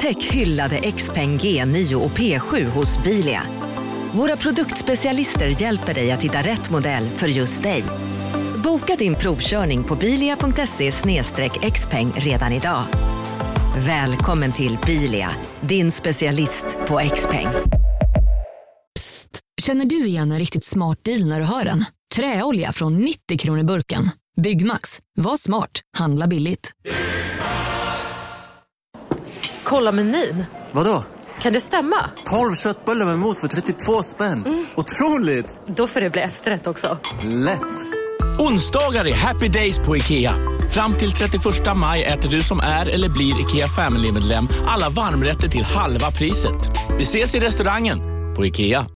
Upptäck hyllade XPeng G9 och P7 hos Bilia. Våra produktspecialister hjälper dig att hitta rätt modell för just dig. Boka din provkörning på bilia.se/xpeng redan idag. Välkommen till Bilia, din specialist på XPeng. Psst, känner du igen en riktigt smart deal när du hör den? Träolja från 90 kronor burken. Byggmax, var smart, handla billigt. Kolla menyn. Vadå? Kan det stämma? 12 köttbullar med mos för 32 spänn. Otroligt! Då får det bli efterrätt också. Lätt! Onsdagar är happy days på IKEA. Fram till 31 maj äter du som är eller blir IKEA Family-medlem alla varmrätter till halva priset. Vi ses i restaurangen på IKEA.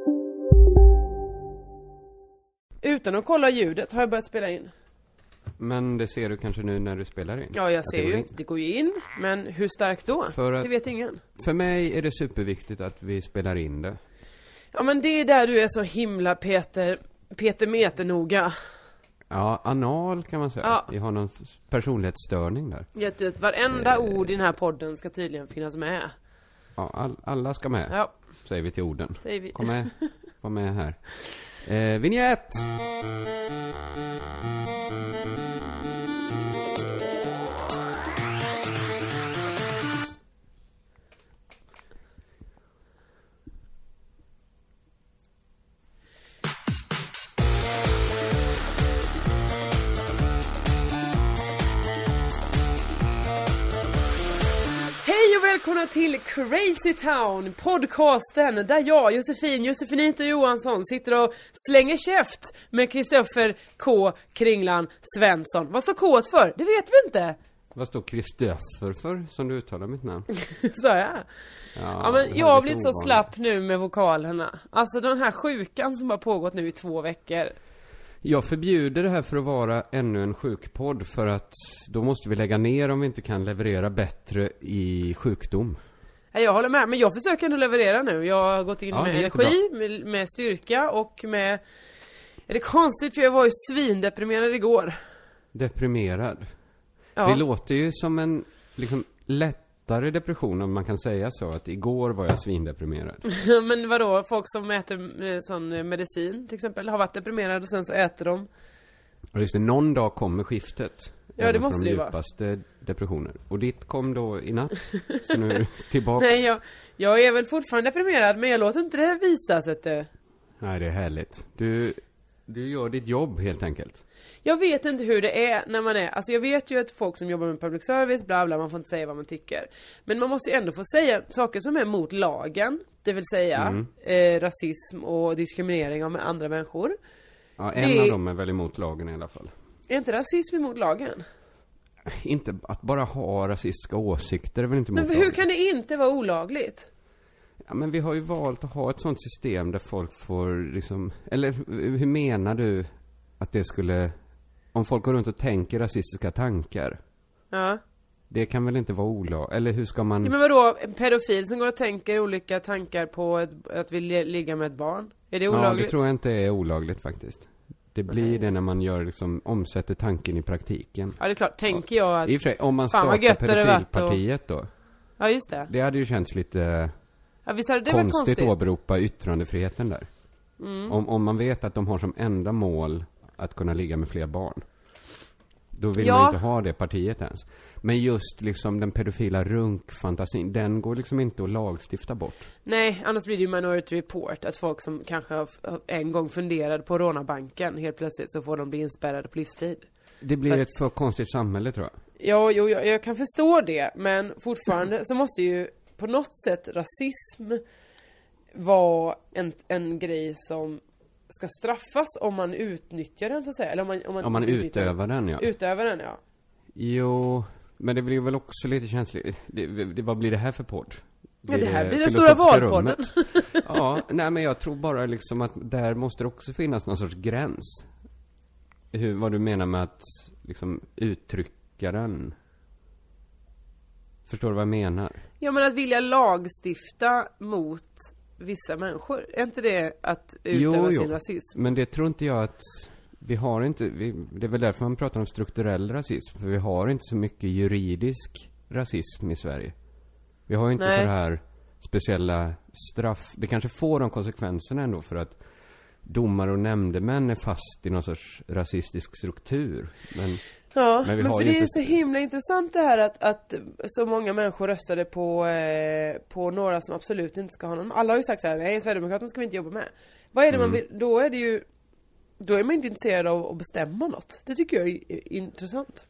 Utan att kolla ljudet har jag börjat spela in. Men det ser du kanske nu när du spelar in? Ja, jag ser ju. Det går ju in. Men hur starkt då? Det vet ingen. För mig är det superviktigt att vi spelar in det. Ja, men det är där du är så himla Peter Meter-noga. Ja, anal kan man säga. Ja. Jag har någon personlighetsstörning där. Vet, varenda ord i den här podden ska tydligen finnas med. Ja, alla ska med. Ja. Säger vi till orden. Säger vi. Kom med, var med här. Vignett! Välkomna till Crazy Town, podcasten där jag, Josefinito Johansson, sitter och slänger käft med Kristoffer K. Kringlan Svensson. Vad står K för? Det vet vi inte. Vad står Kristoffer för, som du uttalar mitt namn? Så jag. Ja, men jag har blivit så slapp nu med vokalerna. Alltså den här sjukan som har pågått nu i 2 veckor. Jag förbjuder det här för att vara ännu en sjukpodd, för att då måste vi lägga ner om vi inte kan leverera bättre i sjukdom. Jag håller med, men jag försöker ändå leverera nu. Jag har gått in med energi, med styrka och med... Är det konstigt, för jag var ju svindeprimerad igår. Deprimerad? Ja. Det låter ju som en liksom lättare depression, om man kan säga så. Att igår var jag svindeprimerad. Men vadå? Folk som äter sån medicin till exempel har varit deprimerade och sen så äter de. Och just det, någon dag kommer skiftet. Ja, det måste ju vara. De djupaste depressioner. Och ditt kom då i natt. Så nu är du tillbaka. Nej, jag är väl fortfarande deprimerad, men jag låter inte det visas. Nej, det är härligt. Du gör ditt jobb helt enkelt. Jag vet inte hur det är när man är... Alltså jag vet ju att folk som jobbar med public service, bla bla, man får inte säga vad man tycker. Men man måste ju ändå få säga saker som är mot lagen. Det vill säga rasism och diskriminering av andra människor. Ja, en av dem är väl emot lagen i alla fall. Är inte rasism emot lagen? Inte att bara ha rasistiska åsikter är väl inte emot lagen. Men hur kan det inte vara olagligt? Ja, men vi har ju valt att ha ett sånt system där folk får liksom... Eller hur menar du att det skulle... Om folk går runt och tänker rasistiska tankar. Ja. Det kan väl inte vara olagligt? Eller hur ska man... Ja, men vadå? En pedofil som går och tänker olika tankar på att vilja ligga med ett barn. Är det olagligt? Ja, det tror jag inte är olagligt faktiskt. Det blir det när man gör liksom, omsätter tanken i praktiken. Ja, det är klart. Tänker jag att... I och för sig, om man startar pedofilpartiet då. Ja, just det. Det hade ju känts lite visst hade det konstigt att åberopa yttrandefriheten där. Om man vet att de har som enda mål att kunna ligga med fler barn. Då vill man inte ha det partiet ens. Men just liksom den pedofila runkfantasin, den går liksom inte att lagstifta bort. Nej, annars blir det ju Minority Report. Att folk som kanske har en gång funderade på råna-banken, helt plötsligt så får de bli inspärrade på livstid. Det blir ett för konstigt samhälle, tror jag. Ja, jag kan förstå det. Men fortfarande så måste ju på något sätt rasism vara en grej som ska straffas om man utnyttjar den, så att säga. Eller om man utövar den, ja. Utövar den, ja. Jo, men det blir väl också lite känsligt. Vad blir det här för podd? Ja, det här blir den stora valpodden. Ja, nej, men jag tror bara liksom att där måste det också finnas någon sorts gräns. Vad du menar med att liksom uttrycka den. Förstår du vad jag menar? Ja, men att vilja lagstifta mot vissa människor. Är inte det att utöva sin rasism? Men det tror inte jag att vi har inte... det är väl därför man pratar om strukturell rasism. För vi har inte så mycket juridisk rasism i Sverige. Vi har ju inte så här speciella straff. Det kanske får de konsekvenserna ändå för att domare och nämndemän är fast i någon sorts rasistisk struktur. Men men för det är så himla intressant det här att så många människor röstade på några som absolut inte ska ha någon. Alla har ju sagt så här, nej, Sverigedemokraterna ska vi inte jobba med. Vad är det man vill? Då är man inte intresserad av att bestämma något. Det tycker jag är intressant.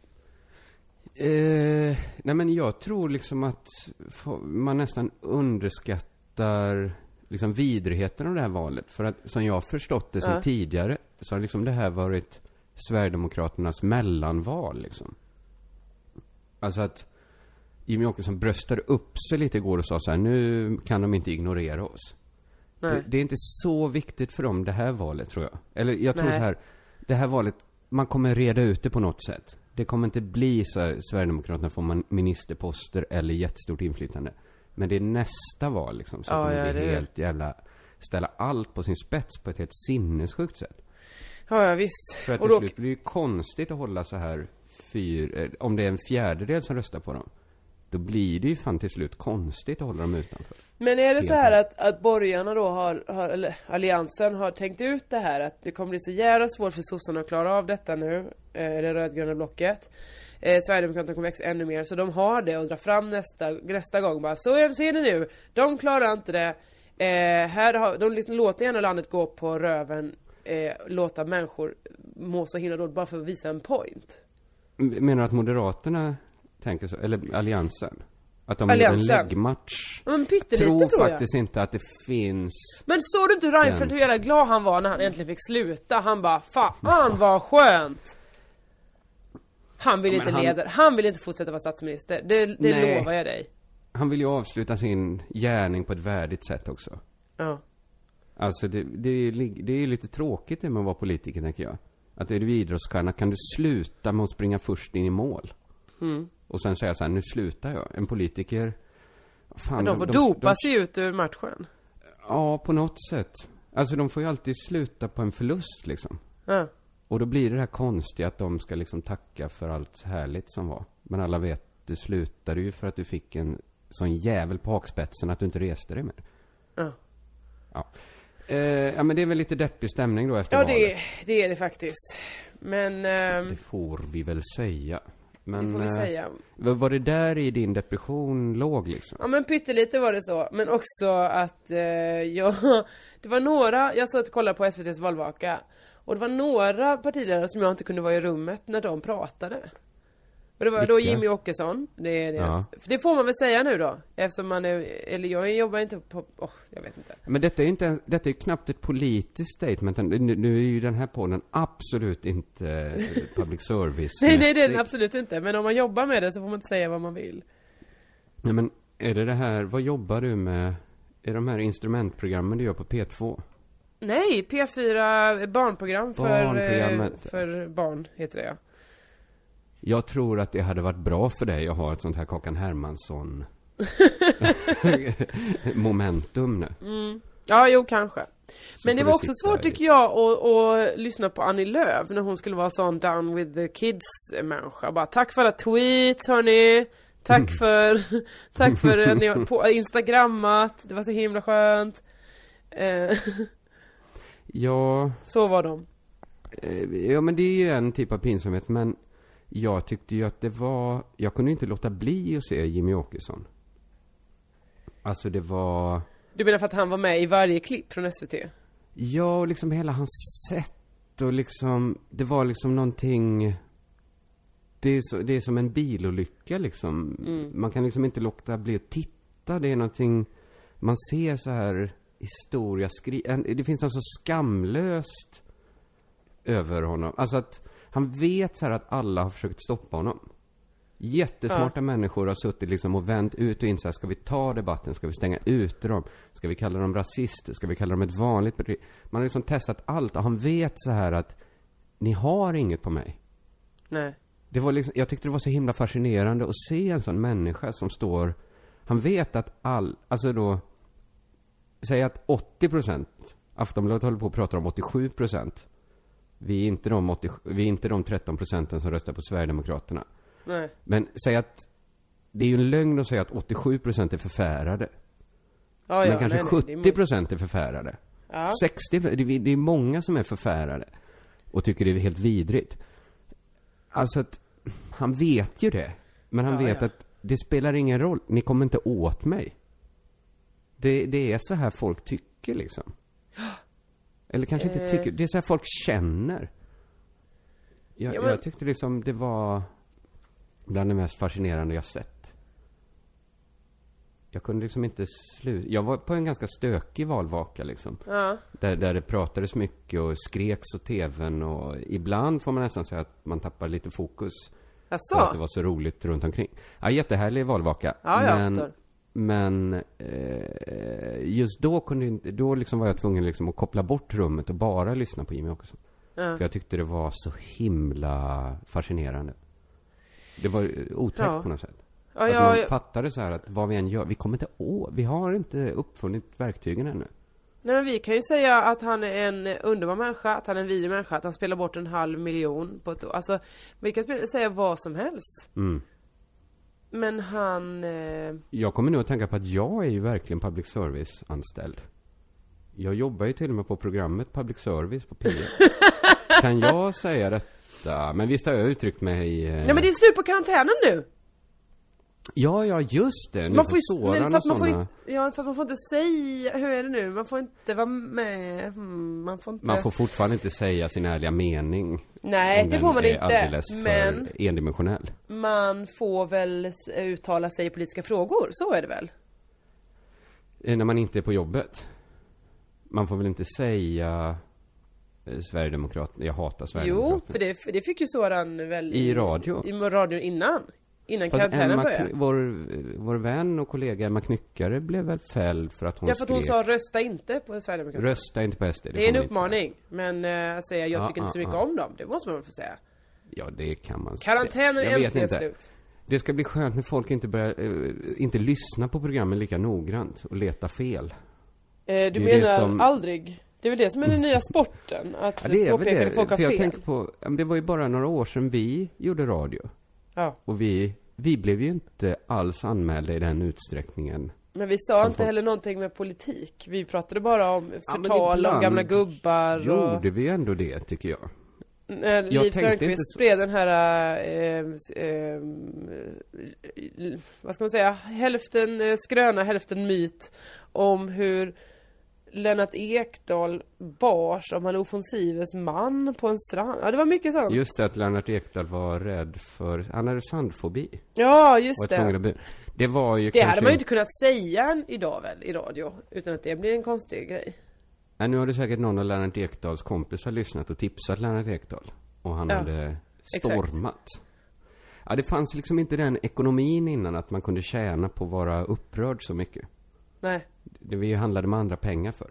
Nej, men jag tror liksom att man nästan underskattar liksom vidrigheten av det här valet. För att som jag har förstått det som tidigare så har liksom det här varit Sverigedemokraternas mellanval liksom. Alltså att Jimmie Åkesson bröstade upp sig lite igår och sa så här, nu kan de inte ignorera oss. Det är inte så viktigt för dem det här valet, tror jag. Eller jag tror så här, det här valet, man kommer reda ut det på något sätt. Det kommer inte bli så här, Sverigedemokraterna får man ministerposter eller jättestort inflytande. Men det är nästa val liksom, så kommer det helt jävla ställa allt på sin spets på ett helt sinnessjukt sätt. Ja, visst. För att till slut blir det ju konstigt att hålla så här om det är en fjärdedel som röstar på dem. Då blir det ju fan till slut konstigt att hålla dem utanför. Men är det så här att borgarna då eller alliansen har tänkt ut det här, att det kommer bli så jävla svårt för sossarna att klara av detta nu, det rödgröna blocket. Sverigedemokraterna kommer växa ännu mer, så de har det och drar fram nästa gång bara, så ser ni nu, de klarar inte det. De liksom låter gärna landet gå på röven, låta människor må så himla dåligt bara för att visa en point. Menar du att Moderaterna tänker så, eller alliansen? Att de är en läggmatch. Men tror faktiskt inte att det finns. Men såg du inte Reinfeldt hur jävla glad han var när han äntligen fick sluta? Han bara, fan vad skönt. Han vill inte fortsätta vara statsminister. Det lovar jag dig. Han vill ju avsluta sin gärning på ett värdigt sätt också. Ja. Alltså det är lite tråkigt det med att vara politiker, tänker jag. Att är du idrottsstjärna kan du sluta med att springa först in i mål. Och sen säga så här, nu slutar jag. En politiker, fan, de får dopa sig ut ur matchen. Ja, på något sätt. Alltså de får ju alltid sluta på en förlust liksom. Ja. Och då blir det här konstiga att de ska liksom tacka för allt härligt som var. Men alla vet, du slutade ju för att du fick en sån jävel på hakspetsen att du inte reste dig mer. Ja. Ja, men det är väl lite deppig stämning då efter valet. Ja, det är det faktiskt. Men det får vi väl säga. Men det får vi säga. Var det där i din depression låg liksom? Ja, men pyttelite var det så. Men också att det var några, jag satt och kollade på SVT:s valvaka. Och det var några partiledare som jag inte kunde vara i rummet när de pratade. Och det var då Jimmie Åkesson. Det får man väl säga nu då. Eftersom man är, eller jag jobbar inte på, jag vet inte. Men detta är ju knappt ett politiskt statement. Nu är ju den här podden absolut inte public service. Nej, det är den absolut inte. Men om man jobbar med det så får man inte säga vad man vill. Nej, men är det här, vad jobbar du med? Är de här instrumentprogrammen du gör på P2? Nej, P4 barnprogram för barn heter det, ja. Jag tror att det hade varit bra för dig att ha ett sånt här Kakan Hermansson momentum nu. Ja, jo, kanske. Men det var också svårt tycker jag att lyssna på Annie Lööf när hon skulle vara sån down with the kids-människa. Bara, tack för alla tweets, hörni. Tack för att ni har på Instagrammat. Det var så himla skönt. Ja. Så var de. Ja, men det är ju en typ av pinsamhet. Men jag tyckte ju att jag kunde inte låta bli att se Jimmie Åkesson. Alltså det var... Du menar för att han var med i varje klipp från SVT? Ja, och liksom hela hans sätt. Och liksom, det var liksom någonting... Det är som en bilolycka liksom. Man kan liksom inte låta bli att titta. Det är någonting... Man ser så här historia det finns något så skamlöst över honom. Alltså att han vet så här att alla har försökt stoppa honom. Jättesmarta människor har suttit liksom och vänt ut och in så här, ska vi ta debatten? Ska vi stänga ut dem? Ska vi kalla dem rasister? Ska vi kalla dem ett vanligt parti? Man har liksom testat allt och han vet så här att ni har inget på mig. Nej. Det var liksom, jag tyckte det var så himla fascinerande att se en sån människa som står... Han vet att alltså då... Säg att 80%, Aftonbladet håller på att prata om 87%. Vi är inte de 13% som röstar på Sverigedemokraterna. Nej. Men säg att det är ju en lögn att säga att 87% är förfärade. Ja, men kanske 70% är förfärade. Ja. 60%, det är många som är förfärade och tycker det är helt vidrigt. Alltså att han vet ju det. Men han vet att det spelar ingen roll. Ni kommer inte åt mig. Det är så här folk tycker liksom. Eller kanske inte tycker. Det är så här folk känner. Jag tyckte liksom det var bland det mest fascinerande jag sett. Jag kunde liksom inte sluta. Jag var på en ganska stökig valvaka liksom. Ja. Där det pratades mycket och skreks åt tvn. Och ibland får man nästan säga att man tappar lite fokus. Asså? För att det var så roligt runt omkring. Ja, jättehärlig valvaka. Ja, jag förstår. Men just då liksom var jag tvungen liksom att koppla bort rummet och bara lyssna på Jimmie Åkesson. För jag tyckte det var så himla fascinerande. Det var otäckt på något sätt. Att man fattade så här att vad vi än gör, vi kommer inte vi har inte uppfunnit verktygen ännu. Nej, men vi kan ju säga att han är en underbar människa, att han är en vidrig människa, att han spelar bort 500 000 på ett år. Alltså, vi kan säga vad som helst. Mm. Men han... Jag kommer nog att tänka på att jag är ju verkligen public service-anställd. Jag jobbar ju till och med på programmet public service på P1. Kan jag säga detta? Men visst har jag uttryckt mig... Nej, men det är slut på karantänen nu! Ja, just det. Man får ju, för att man får inte säga... Hur är det nu? Man får inte vara med... Man får fortfarande inte säga sin ärliga mening. Nej, det får man inte. Alldeles för endimensionell. Man får väl uttala sig i politiska frågor. Så är det väl? När man inte är på jobbet. Man får väl inte säga... Sverigedemokraterna. Jag hatar Sverigedemokraterna. Jo, för det fick ju Soran väl... I radio? I radion innan karantänen började. Vår vän och kollega Emma Knyckare blev väl fälld för att hon för att hon sa rösta inte på Sverigedemokraterna. Rösta inte på SD. Det är en uppmaning. Men att säga jag tycker inte så mycket om dem, det måste man väl få säga. Ja, det kan man säga. Karantänen är äntligen slut. Det ska bli skönt när folk inte lyssnar på programmen lika noggrant och leta fel. Du menar aldrig... Det är väl det som är den nya sporten. Att påpeka folk har fel. Jag tänker på, det var ju bara några år sedan vi gjorde radio. Ja. Och vi blev ju inte alls anmälda i den utsträckningen. Men vi sa inte heller någonting med politik. Vi pratade bara om förtal och gamla gubbar. Gjorde vi ändå det, tycker jag. Liv Strömquist spred den här vad ska man säga, hälften skröna, hälften myt om hur Lennart Ekdal bars om han offensives man på en strand. Ja, det var mycket sånt. Just det, att Lennart Ekdal var rädd för... Han hade sandfobi. Ja, just det. Det var ju kanske... hade man ju inte kunnat säga idag väl i radio. Utan att det blir en konstig grej. Nej, nu har det säkert någon av Lennart Ekdals kompisar lyssnat och tipsat Lennart Ekdal. Och han hade stormat. Exakt. Ja, det fanns liksom inte den ekonomin innan att man kunde tjäna på att vara upprörd så mycket. Nej. Det vi handlade med andra pengar för.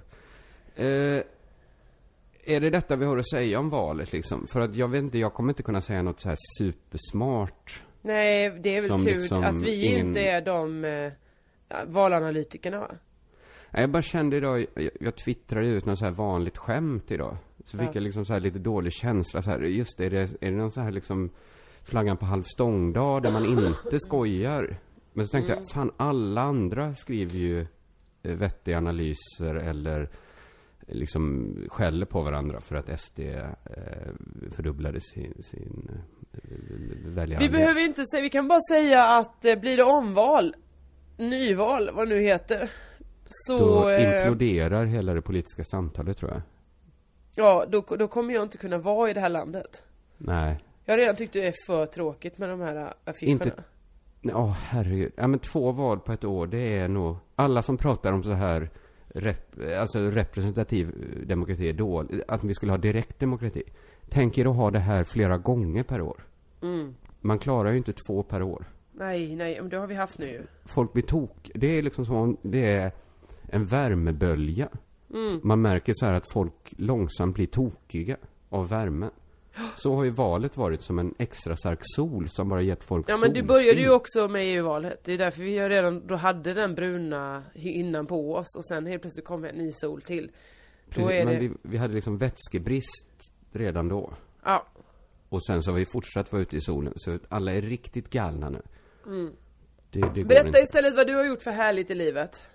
Är det detta vi har att säga om valet liksom? För att jag vet inte, jag kommer inte kunna säga något så här supersmart. Nej, det är väl tur liksom att vi inte är de valanalytikerna, va? Jag bara kände idag, jag twittrade ut något så här vanligt skämt idag. Så fick jag liksom så här lite dålig känsla så här, just det, är det någon så här liksom flaggan på halv stångdag där man inte skojar. Men så tänkte jag, fan, alla andra skriver ju vettiga analyser eller liksom skäller på varandra för att SD fördubblade sin väljare. Vi behöver inte säga, vi kan bara säga att blir det omval, nyval, vad nu heter, så då imploderar hela det politiska samtalet, tror jag. Ja, då kommer jag inte kunna vara i det här landet. Nej. Jag har redan tyckt det är för tråkigt med de här affischerna. Herregud. Ja, men 2 val på ett år, det är nog... Alla som pratar om så här representativ demokrati är dåligt. Att vi skulle ha direkt demokrati. Tänk er att ha det här flera gånger per år. Man klarar ju inte 2 per år. Nej, men det har vi haft nu ju. Folk blir tok. Det är liksom som det är en värmebölja. Man märker så här att folk långsamt blir tokiga av värmen. Så har ju valet varit som en extra stark sol som bara gett folk solsting. Ja, men det började ju också med EU-valet. Det är därför vi redan då hade den bruna innan på oss och sen helt plötsligt kom en ny sol till. Precis, då är men vi hade liksom vätskebrist redan då. Ja. Och sen så har vi fortsatt vara ute i solen, så alla är riktigt galna nu. Det Berätta istället vad du har gjort för härligt i livet.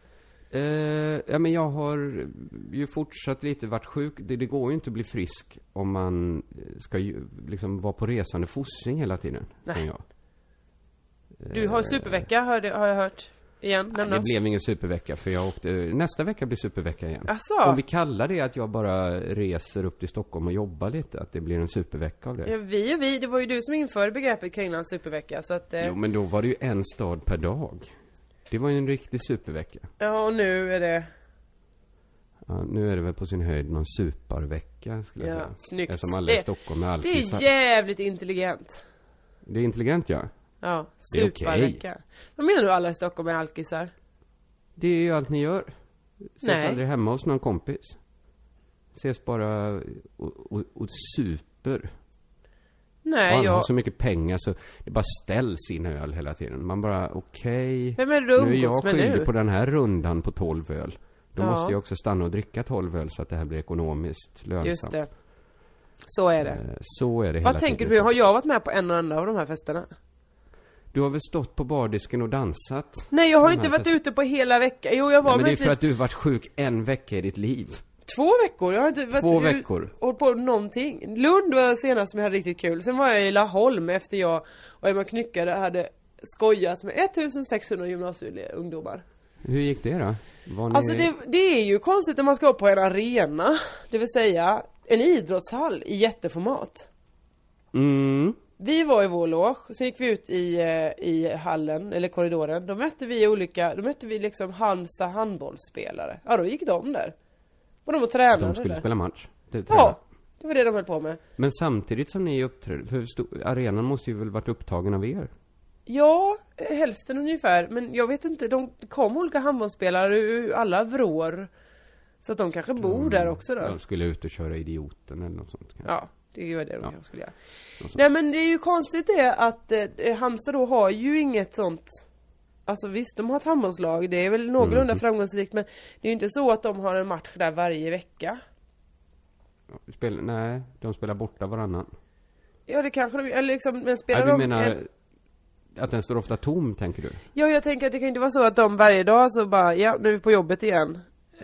Ja, men jag har ju fortsatt lite varit sjuk. Det går ju inte att bli frisk om man ska ju liksom vara på resande fostring hela tiden. Nej. Jag. Du har supervecka har jag hört igen. Det blev ingen supervecka för jag åkte, nästa vecka blir supervecka igen. Asså? Om vi kallar det att jag bara reser upp till Stockholm och jobbar lite, att det blir en supervecka av det. Ja, vi, det var ju du som införde begreppet Kringlands supervecka så att, Jo, men då var det ju en stad per dag. Det var ju en riktig supervecka. Ja, och nu är det... Ja, nu är det väl på sin höjd någon supervecka skulle jag säga. Snyggt. Eftersom alla i Stockholm är alkisar. Det är jävligt intelligent. Det är intelligent, ja. Ja, supervecka. Okay. Vad menar du alla i Stockholm är alkisar? Det är ju allt ni gör. Ses aldrig hemma hos någon kompis. Ses bara och super. Nej, jag har så mycket pengar så det bara ställs in öl hela tiden. Man bara, okej. Vem är det du nu är jag skyldig på den här rundan på 12 öl. Då måste jag också stanna och dricka 12 öl så att det här blir ekonomiskt lönsamt. Just det. Så är det. Så är det hela Vad tänker du? Har jag varit med på en och annan av de här festerna? Du har väl stått på bardisken och dansat? Nej, jag har inte varit ute på hela veckan. Jo, jag var men det är för att du har varit sjuk en vecka i ditt liv. 2 veckor? Jag har inte varit 2 veckor. Och på någonting. Lund var senast som jag hade riktigt kul. Sen var jag i Laholm efter jag och Emma Knyckare hade skojat med 1600 gymnasieungdomar. Hur gick det då? Alltså det är ju konstigt när man ska vara på en arena. Det vill säga en idrottshall i jätteformat. Mm. Vi var i vår loge, sen gick vi ut i hallen, eller korridoren. Då mötte vi liksom Halmstad handbollsspelare. Ja, då gick de där. Och de var tränade. De skulle spela match. Ja, det var det de höll på med. Men samtidigt som ni uppträdde, för arenan måste ju väl varit upptagen av er? Ja, hälften ungefär. Men jag vet inte, de kom olika handbollsspelare ur alla vrår. Så att de kanske bor där också då. De skulle ut och köra idioten eller något sånt. Kanske. Ja, det är det de skulle göra. Nej, men det är ju konstigt det att Halmstad då har ju inget sånt. Alltså visst, de har ett handbollslag. Det är väl någorlunda framgångsrikt. Men det är ju inte så att de har en match där varje vecka. Nej, de spelar borta varannan. Ja, det kanske de... Eller liksom, men spelar de... menar att den står ofta tom, tänker du? Ja, jag tänker att det kan inte vara så att de varje dag så bara... Ja, nu är vi på jobbet igen.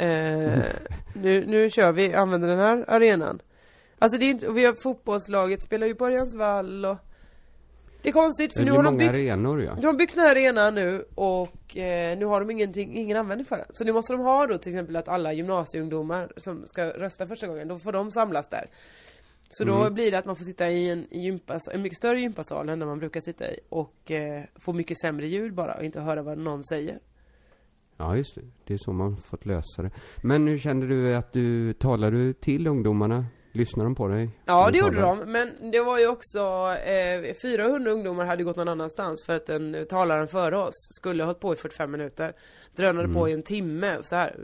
Nu kör vi, använder den här arenan. Alltså det är inte... Vi har fotbollslaget, spelar ju på Örjansvall och... Det är konstigt, för nu har de byggt... arenor, ja. De har byggt den här arenan nu och nu har de ingen användning för den. Så nu måste de ha då till exempel att alla gymnasieungdomar som ska rösta första gången, då får de samlas där. Så då blir det att man får sitta i en mycket större gympasal än där man brukar sitta i. Och få mycket sämre ljud bara och inte höra vad någon säger. Ja, just det. Det är så man fått lösa det. Men hur kände du att talade du till ungdomarna? Lyssnade de på dig? Ja, det gjorde de. Men det var ju också 400 ungdomar hade gått någon annanstans för att den talaren före oss skulle ha hållit på i 45 minuter. Drönade på i en timme och så här.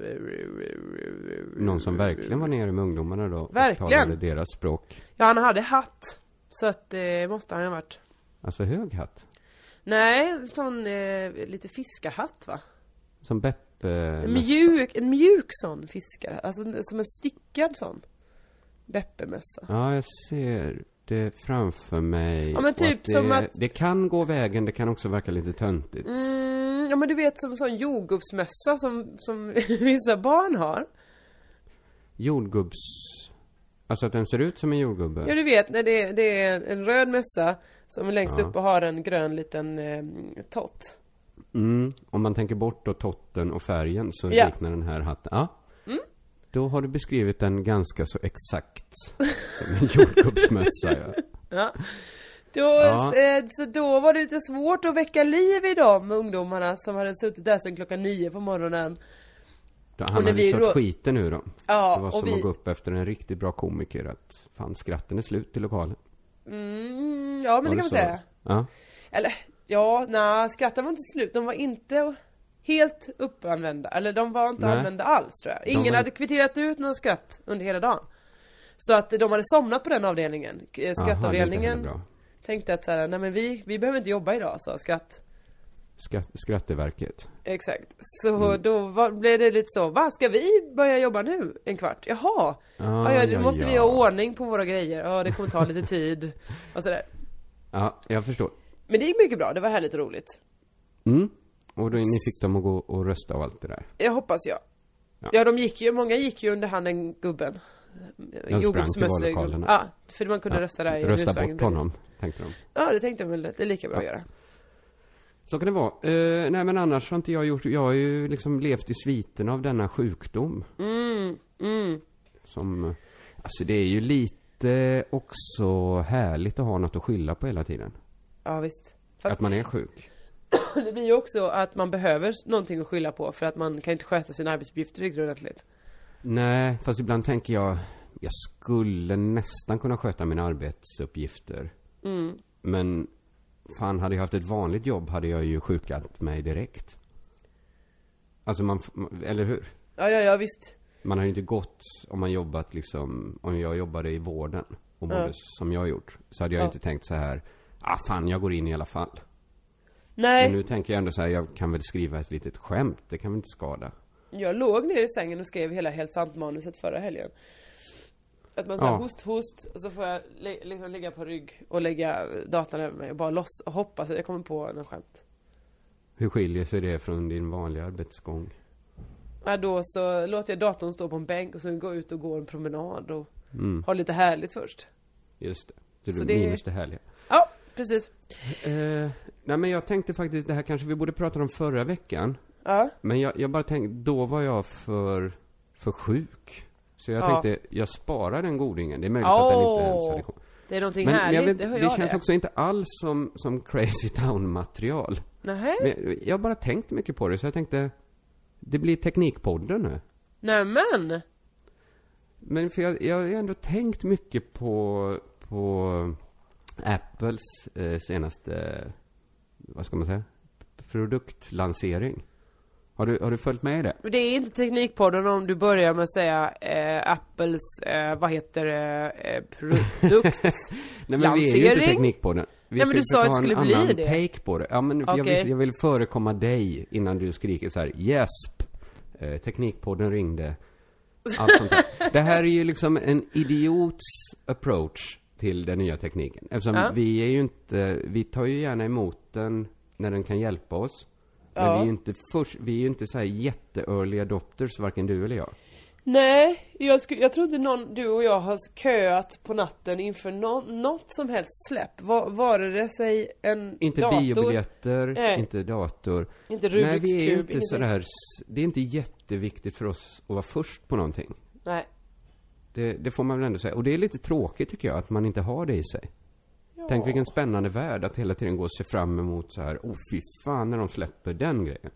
Någon som verkligen var nere med ungdomarna då? Verkligen. Och talade deras språk. Ja, han hade hatt. Så att det måste han ha varit. Alltså hög hatt? Nej, sån lite fiskarhatt va? Som Beppe? En mjuk sån fiskar. Alltså som en stickad sån. Beppe-mössa. Ja, jag ser det framför mig. Ja, men typ som att... Det kan gå vägen, det kan också verka lite töntigt. Ja, men du vet som sån jordgubbsmössa som vissa barn har. Jordgubbs... Alltså att den ser ut som en jordgubbe. Ja, du vet, när det är en röd mössa som längst upp och har en grön liten tott. Om man tänker bort då totten och färgen så liknar den här hatten. Ja. Då har du beskrivit den ganska så exakt som en jordgubbsmössa. Ja. Så då var det lite svårt att väcka liv i de ungdomarna som hade suttit där sedan klockan 9 på morgonen. Han hade kört skiten nu då. Ja, det var som att gå upp efter en riktigt bra komiker att fan, skratten är slut i lokalen. Ja, men det kan man säga. Ja. Eller, skratten var inte slut. De var inte... helt uppanvända. Eller de var inte använda alls, tror jag. Ingen hade kvitterat ut någon skratt under hela dagen. Så att de hade somnat på den avdelningen. Skrattavdelningen tänkte att så här, nej men vi behöver inte jobba idag, så Skratteverket. Exakt. Så då blev det lite så, vad ska vi börja jobba nu? En kvart? Jaha. Då måste vi ha ordning på våra grejer. Ja, det kommer ta lite tid. Och sådär. Ja, jag förstår. Men det gick mycket bra, det var härligt och roligt. Och då ni fick dem att gå och rösta och allt det där. Jag hoppas Ja, många gick ju under handen gubben. De sprang till vallokalerna. Ja, för man kunde rösta där. Rösta bort honom, tänkte de. Ja, det tänkte de väl. Det är lika bra att göra. Så kan det vara. Nej, men annars har inte jag gjort... Jag har ju liksom levt i sviten av denna sjukdom. Som... Alltså det är ju lite också härligt att ha något att skylla på hela tiden. Ja, visst. Att man är sjuk. Det blir ju också att man behöver någonting att skylla på. För att man kan inte sköta sina arbetsuppgifter riktigt ordentligt. Nej, fast ibland tänker jag skulle nästan kunna sköta mina arbetsuppgifter. Men fan, hade jag haft ett vanligt jobb hade jag ju sjukat mig direkt. Alltså eller hur? Ja, visst. Man har ju inte gått om man jobbat liksom, om jag jobbade i vården och mådde som jag har gjort, så hade jag inte tänkt så här, fan, jag går in i alla fall. Nej. Men nu tänker jag ändå så här, jag kan väl skriva ett litet skämt, det kan väl inte skada. Jag låg ner i sängen och skrev hela Helt sant-manuset förra helgen. Att man säger host, och så får jag liksom ligga på rygg och lägga datan över mig och bara och hoppas att jag kommer på en skämt. Hur skiljer sig det från din vanliga arbetsgång? Ja, då så låter jag datorn stå på en bänk och så går ut och går en promenad och ha lite härligt först. Just det. Så det minus det härliga. Ja, precis. Nej, men jag tänkte faktiskt, det här kanske vi borde prata om förra veckan. Ja. Men jag bara tänkte, då var jag för sjuk. Så jag tänkte, jag sparar den godingen. Det är möjligt att den inte ens hade kommit. Det är någonting härligt, det känns också inte alls som Crazy Town-material. Nej. Men jag har bara tänkt mycket på det, så jag tänkte, det blir Teknikpodden nu. Nämen! Men för jag har ändå tänkt mycket på Apples senaste, vad ska man säga, produktlansering. Har du följt med i det? Det är inte Teknikpodden om du börjar med att säga Apples, produktlansering. Nej, men vi är ju inte Teknikpodden. Nej, men du sa att det skulle bli det. Take på det. Ja, men jag vill förekomma dig innan du skriker så här, Jesp, Teknikpodden ringde. Allt sånt där. Det här är ju liksom en idiots approach till den nya tekniken. Eftersom vi tar ju gärna emot den när den kan hjälpa oss. Men vi är ju inte så här jätte-early adopters, varken du eller jag. Nej, jag tror inte du och jag har köat på natten inför något som helst släpp. Var det sig en inte dator? Inte biobiljetter, inte dator. Inte Rubiks Nej, vi är kub, inte så där, det är inte jätteviktigt för oss att vara först på någonting. Nej. Det får man väl ändå säga. Och det är lite tråkigt, tycker jag, att man inte har det i sig. Ja. Tänk vilken spännande värld att hela tiden gå och se fram emot så här, fy fan när de släpper den grejen.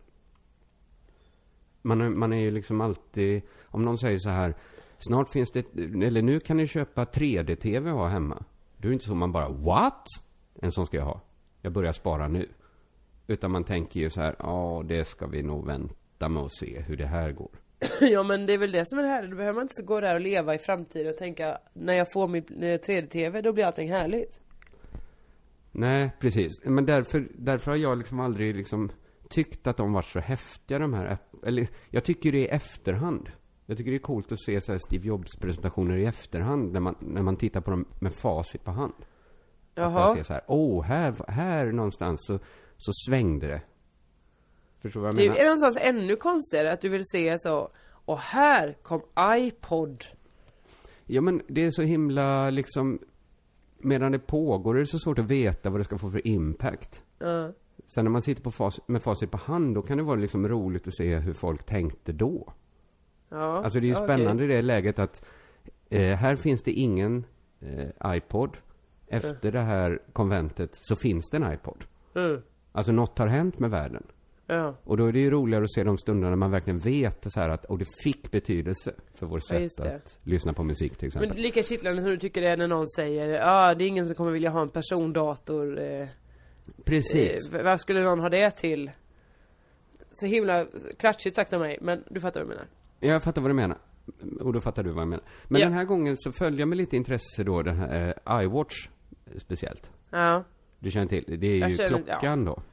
Man är ju liksom alltid, om någon säger så här, snart finns det, eller nu kan ni köpa 3D-tv och ha hemma. Det är inte så man bara, what? En sån ska jag ha. Jag börjar spara nu. Utan man tänker ju så här, det ska vi nog vänta med att se hur det här går. Ja, men det är väl det som är det här. Då behöver man inte gå där och leva i framtiden och tänka, när jag får min 3D-tv, då blir allting härligt. Nej, precis. Men därför har jag liksom aldrig liksom tyckt att de var så häftiga, de här. Eller jag tycker det är i efterhand. Jag tycker det är coolt att se så här Steve Jobs presentationer i efterhand när man tittar på dem med facit på hand. Jaha. Att man ser så här, här någonstans så svängde det. Förstår vad jag menar? Det är någonstans ännu konstigare att du vill se så, och här kom iPod. Ja, men det är så himla liksom, medan det pågår är det så svårt att veta vad det ska få för impact. Sen när man sitter med facit på hand, då kan det vara liksom roligt att se hur folk tänkte då. Ja, alltså det är ju spännande i det läget att här finns det ingen iPod. Efter det här konventet så finns det en iPod. Alltså något har hänt med världen. Ja. Och då är det ju roligare att se de stunderna när man verkligen vet så här att, och det fick betydelse för vår sätt att lyssna på musik till exempel. Men lika kittlande som du tycker det är när någon säger, det är ingen som kommer vilja ha en persondator. Precis. Vad skulle någon ha det till? Så himla klatschigt sagt av mig, men du fattar vad jag menar. Jag fattar vad du menar. Och då fattar du vad jag menar. Men den här gången så följer jag med lite intresse då den här iWatch speciellt. Ja. Du känner till, det är ju klockan då.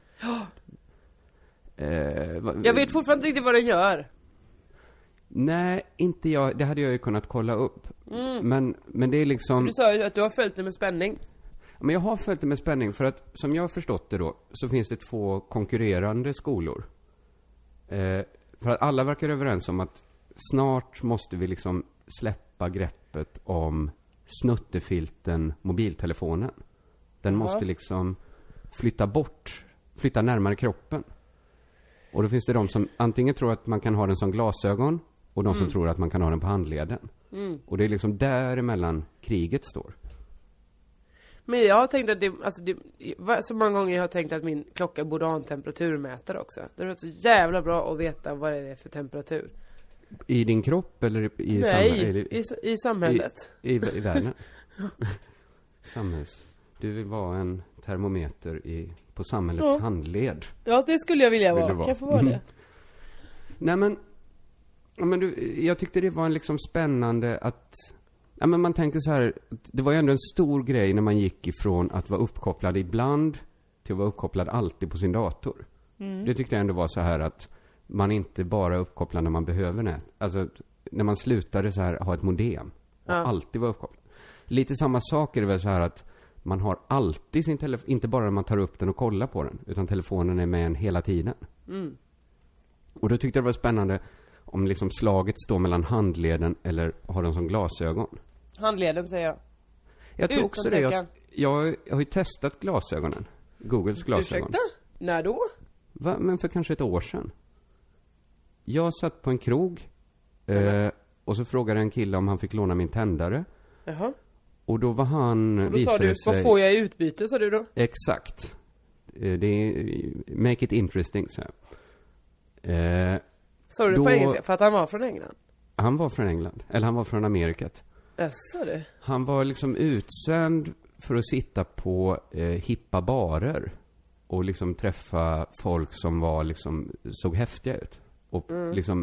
Jag vet fortfarande inte riktigt vad den gör. Nej, inte jag. Det hade jag ju kunnat kolla upp. Men det är liksom... Du sa ju att du har följt det med spänning. Men jag har följt det med spänning för att som jag har förstått det då så finns det 2 konkurrerande skolor. För att alla verkar överens om att snart måste vi liksom släppa greppet om snuttefilten mobiltelefonen. Den måste liksom flytta närmare kroppen. Och då finns det de som antingen tror att man kan ha den som glasögon och de som tror att man kan ha den på handleden. Och det är liksom däremellan kriget står. Men jag har tänkt att så många gånger jag har tänkt att min klocka borde ha en temperaturmätare också. Det är så jävla bra att veta vad det är för temperatur. I din kropp eller i i samhället. I världen. Du vill vara en termometer på samhällets handled. Ja, det skulle jag vilja vara. Kan jag få vara det? Nej, men jag tyckte det var en liksom spännande att... Ja, men man tänker så här, det var ju ändå en stor grej när man gick ifrån att vara uppkopplad ibland till att vara uppkopplad alltid på sin dator. Det tyckte jag ändå var så här att man inte bara är uppkopplad när man behöver nät. Alltså när man slutade så här ha ett modem och alltid vara uppkopplad. Lite samma sak är det väl så här att man har alltid sin telefon, inte bara när man tar upp den och kollar på den, utan telefonen är med en hela tiden. Och då tyckte jag det var spännande om liksom slaget står mellan handleden eller har den som glasögon. Handleden säger jag. Jag tror också det. Jag har ju testat glasögonen. Googles glasögon. Ursäkta? När då? Va? Men för kanske ett år sedan. Jag satt på en krog och så frågade en kille om han fick låna min tändare. Jaha. Och då var han... Och då sa du, vad får jag i utbyte, sa du då? Exakt. Det är, make it interesting, så. Sa du det på engelska? För att han var från England? Han var från England. Eller han var från Amerikat. Jaså det? Han var liksom utsänd för att sitta på hippa barer. Och liksom träffa folk som var liksom, såg häftiga ut. Och liksom...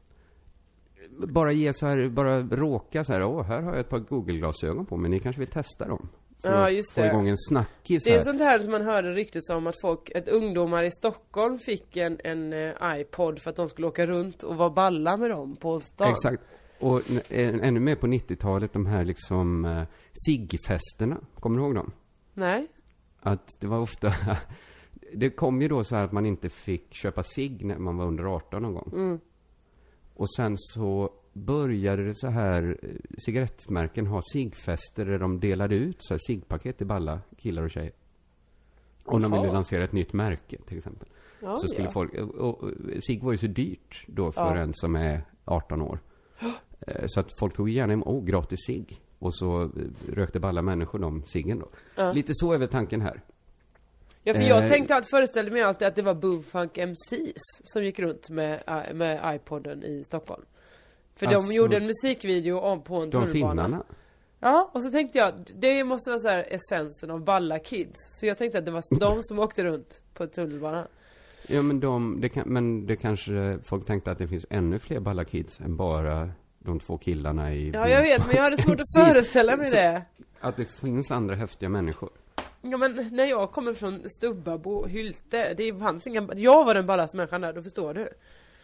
Bara ge så här, bara råka så här, här har jag ett par Google-glasögon på, men ni kanske vill testa dem. För just det. Få igång en snackis här. Det är sånt här som man hörde ryktet om att ungdomar i Stockholm fick en iPod för att de skulle åka runt och vara balla med dem på stan. Exakt. Och ännu mer på 90-talet, de här liksom ciggfesterna. Kommer du ihåg dem? Nej. Att det var ofta... Det kom ju då så här att man inte fick köpa cigg när man var under 18 någon gång. Och sen så började det så här, cigarettmärken ha ciggfester där de delade ut så här ciggpaket till alla killar och tjejer. Och de ville lansera ett nytt märke till exempel. Så skulle folk, och cigg var ju så dyrt då för en som är 18 år. Så att folk tog gärna gratis cigg. Och så rökte alla människor de ciggen då. Lite så är väl tanken här. Ja, för jag föreställde mig alltid att det var Boomfunk MCs som gick runt med iPoden i Stockholm. För de gjorde en musikvideo på en tunnelbana. Finnarna. Ja, och så tänkte jag, det måste vara så här essensen av balla kids. Så jag tänkte att det var de som åkte runt på tunnelbanan. Ja, men det kanske folk tänkte att det finns ännu fler balla kids än bara de 2 killarna i... Ja, jag vet, men jag hade svårt att föreställa mig det. Att det finns andra häftiga människor. Ja, men när jag kommer från Stubbabo, Hylte, det fanns jag var den ballaste människan där, då förstår du.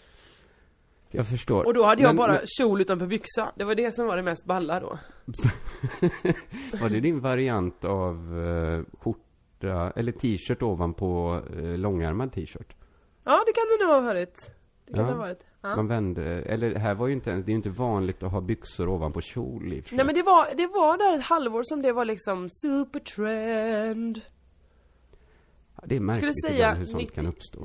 Jag förstår. Och då hade jag bara kjol utanpör byxa. Det var det som var det mest balla då. Var det din variant av skjorta eller t-shirt ovanpå långärmad t-shirt? Ja, det kan det nog ha varit. Det kan det ha varit. Ja. Man vände, eller här var ju inte, det är ju inte vanligt att ha byxor ovanpå kjol i. Nej, men det var där ett halvår som det var liksom supertrend. Ja, det är märkligt ibland hur sånt kan uppstå.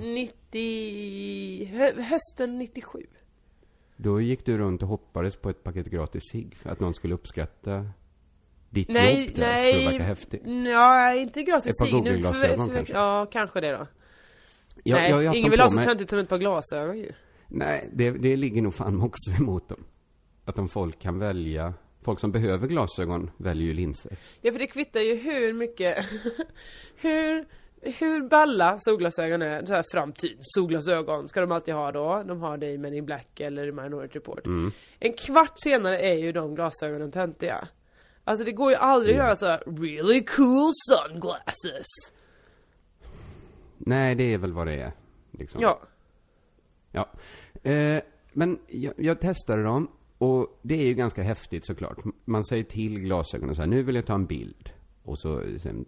Hösten 97. Då gick du runt och hoppades på ett paket gratis cigg för att någon skulle uppskatta ditt jobb där, för att verka häftigt. Nej, inte gratis cigg. Ett par Google-glasögon kanske. Ja, kanske det då. Nej, ingen vill ha så töntigt som ett par glasögon ju. Nej, det ligger nog fan också emot dem. Att om folk kan välja... Folk som behöver glasögon väljer ju linser. Ja, för det kvittar ju hur mycket... hur balla solglasögon är. Så här framtid. Solglasögon ska de alltid ha då. De har det i Men in Black eller i Minority Report. En kvart senare är ju de glasögonen töntiga. Alltså det går ju aldrig att göra så här, really cool sunglasses. Nej, det är väl vad det är. Liksom. Ja. Men jag testade dem. Och det är ju ganska häftigt såklart. Man säger till glasögonen så här, nu vill jag ta en bild. Och så sen,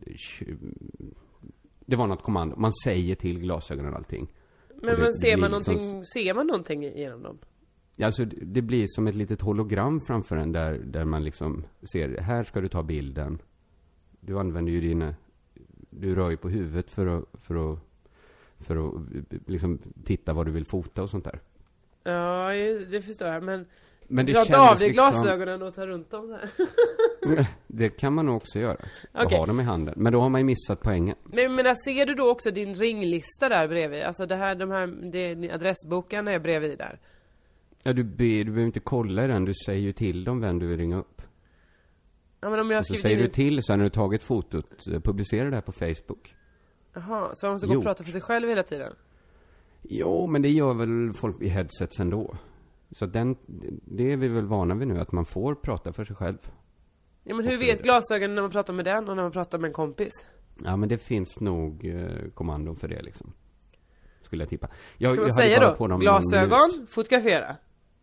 det var något kommando. Man säger till glasögonen och allting. Men ser man någonting genom dem? Alltså det blir som ett litet hologram framför en där man liksom ser, här ska du ta bilden. Du använder ju du rör ju på huvudet för att liksom titta vad du vill fota och sånt där. Ja, det förstår jag, men det dra kändes av dig glasögonen och ta runt dem så här. Det kan man nog också göra. Okay. Och ha dem i handen. Men då har man ju missat poängen. Men ser du då också din ringlista där bredvid? Alltså adressboken är bredvid där. Ja, du behöver inte kolla den. Du säger ju till dem vem du vill ringa upp. Ja, men om jag så säger du till så när du tagit fotot, publicerar det här på Facebook. Jaha, så man ska gå och prata för sig själv hela tiden? Jo, men det gör väl folk i headsets ändå. Så det är vi väl vana vid nu, att man får prata för sig själv. Ja, men hur vet glasögonen när man pratar med den och när man pratar med en kompis? Ja, men det finns nog kommando för det liksom. Skulle jag tippa. Ska man säga då? På glasögon, fotografera?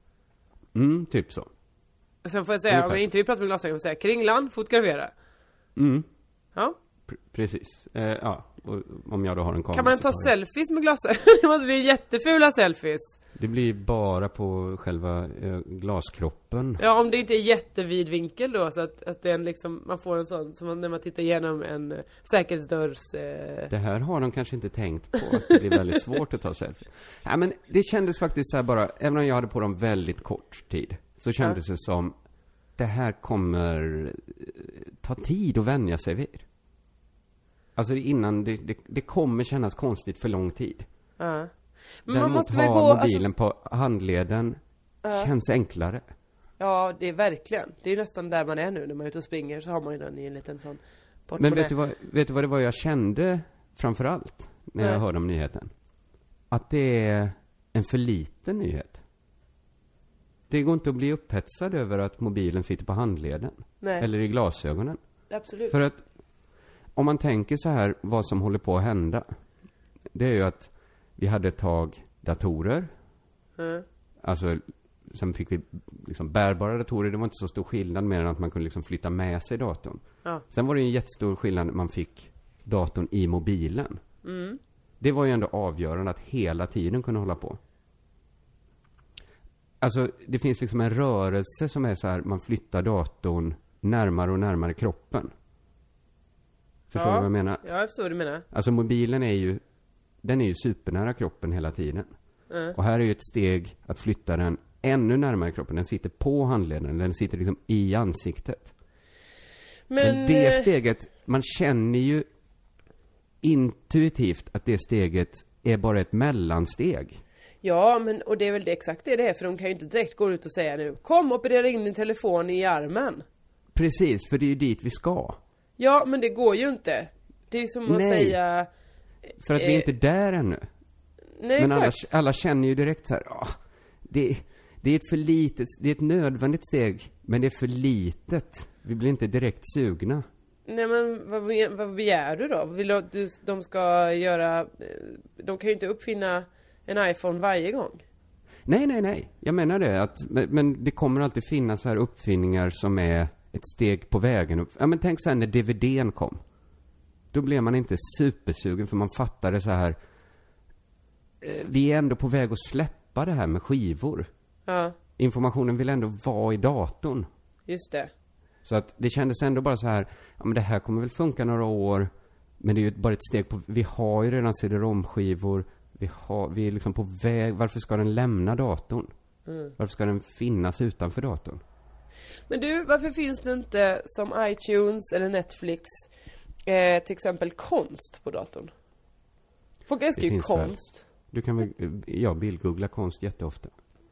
Typ så. Och sen får jag säga, ungefär. Om jag inte vill prata med glasögon, får jag säga kringlan, fotografera. Ja. Precis. Ja, och om jag då har en kamera. Kan man ta selfies med glasögon? Det måste bli jättefula selfies. Det blir bara på själva glaskroppen. Ja, om det inte är jättevid vinkel då, så att den liksom, man får en sån som när man tittar igenom en säkerhetsdörrs... Det här har de kanske inte tänkt på, att det blir väldigt svårt att ta selfie. Ja, men det kändes faktiskt så här bara, även om jag hade på dem väldigt kort tid, så kändes det som, det här kommer ta tid att vänja sig vid. Alltså innan det kommer kännas konstigt för lång tid. Ja. Men man måste väl gå mobilen på handleden känns enklare. Ja, det är verkligen. Det är ju nästan där man är nu när man är ute och springer, så har man ju den i en liten sån portmonnä. Men vet du vad det var jag kände framförallt när jag hörde om nyheten? Att det är en för liten nyhet. Det går inte att bli upphetsad över att mobilen sitter på handleden. Nej. Eller i glasögonen. Absolut. För att om man tänker så här, vad som håller på att hända, det är ju att vi hade ett tag datorer. Alltså, sen fick vi liksom bärbara datorer. Det var inte så stor skillnad mer än att man kunde liksom flytta med sig datorn. Ja. Sen var det en jättestor skillnad när man fick datorn i mobilen. Det var ju ändå avgörande att hela tiden kunna hålla på. Alltså, det finns liksom en rörelse som är så här, man flyttar datorn närmare och närmare kroppen. Förstår du vad jag menar? Ja, jag förstår vad du menar. Alltså mobilen är ju supernära kroppen hela tiden. Och här är ju ett steg att flytta den ännu närmare kroppen. Den sitter på handleden, den sitter liksom i ansiktet. Men det steget, man känner ju intuitivt att det steget är bara ett mellansteg. Ja, men och det är väl exakt det är, för de kan ju inte direkt gå ut och säga nu, kom operera in din telefon i armen. Precis, för det är ju dit vi ska. Ja, men det går ju inte. Det är som att säga... För att vi är inte där ännu. Nej, men alla känner ju direkt så här, det är ett för litet, det är ett nödvändigt steg, men det är för litet. Vi blir inte direkt sugna. Nej, men vad begär du då? Vill du de ska göra... De kan ju inte uppfinna en iPhone varje gång. Nej. Jag menar det. Men det kommer alltid finnas så här uppfinningar som är ett steg på vägen upp. Ja, men tänk så här när DVD:n kom. Då blev man inte supersugen, för man fattade så här, vi är ändå på väg att släppa det här med skivor. Ja. Informationen vill ändå vara i datorn. Just det. Så att det kändes ändå bara så här, ja men det här kommer väl funka några år, men det är ju bara ett steg på, vi har ju redan CD-ROM-skivor, vi är liksom på väg, varför ska den lämna datorn? Varför ska den finnas utanför datorn? Men du, varför finns det inte som iTunes eller Netflix till exempel konst på datorn? Folk älskar ju konst. Du kan väl, bildgoogla konst jätteofta.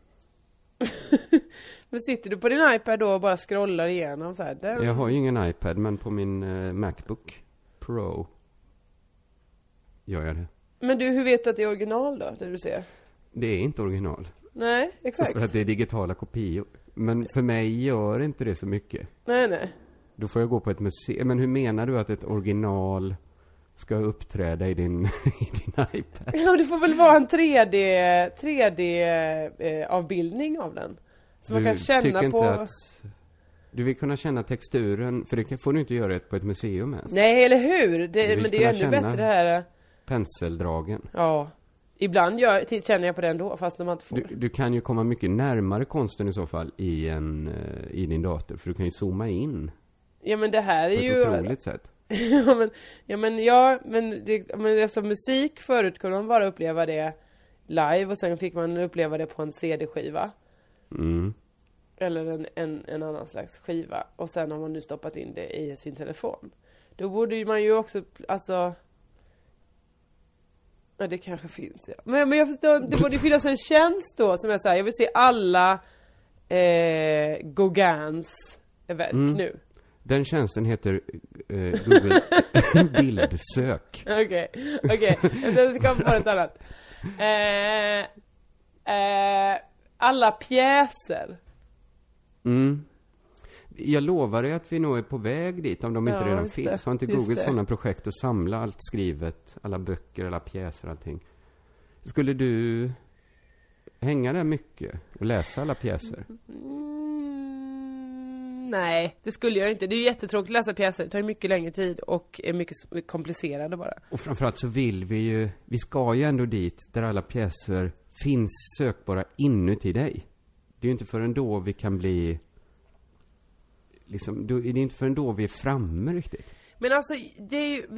Men sitter du på din iPad då och bara scrollar igenom så här? Jag har ju ingen iPad, men på min Macbook Pro gör jag det. Men du, hur vet du att det är original då, det du ser? Det är inte original. Nej, exakt. För att det är digitala kopior. Men för mig gör inte det så mycket. Nej. Då får jag gå på ett museum. Men hur menar du att ett original ska uppträda i din iPad? Ja, det får väl vara en 3D avbildning av den. Så man kan känna på... Du vill kunna känna texturen, för det får du inte göra på ett museum ens. Nej, eller hur? Men det är ju ännu bättre det här. Penseldragen. Ja. Ibland känner jag på den då, fast när man inte får. Du kan ju komma mycket närmare konsten i så fall i din dator, för du kan ju zooma in. Ja, men det här är ju... På ett otroligt sätt. men alltså musik förut kunde man bara uppleva det live och sen fick man uppleva det på en CD-skiva. Mm. Eller en annan slags skiva. Och sen har man nu stoppat in det i sin telefon. Då borde man ju också, alltså... Ja, det kanske finns, ja. Men jag förstår, det borde finnas en tjänst då, som jag säger. Jag vill se alla Gauguins verk nu. Den tjänsten heter Google bildsök. Okej. Jag ska komma på ett annat. Alla pjäser. Jag lovar dig att vi nog är på väg dit, om de inte redan finns. Har inte Google sådana projekt att samla allt skrivet, alla böcker, alla pjäser, allting? Skulle du hänga där mycket och läsa alla pjäser? Nej, det skulle jag inte. Det är ju jättetråkigt att läsa pjäser. Det tar ju mycket längre tid och är mycket komplicerade bara. Och framförallt så vill vi ska ju ändå dit där alla pjäser finns sökbara inuti dig. Det är ju inte förrän då vi kan bli... Liksom, det är inte förrän då vi är framme riktigt. Men alltså, det är ju...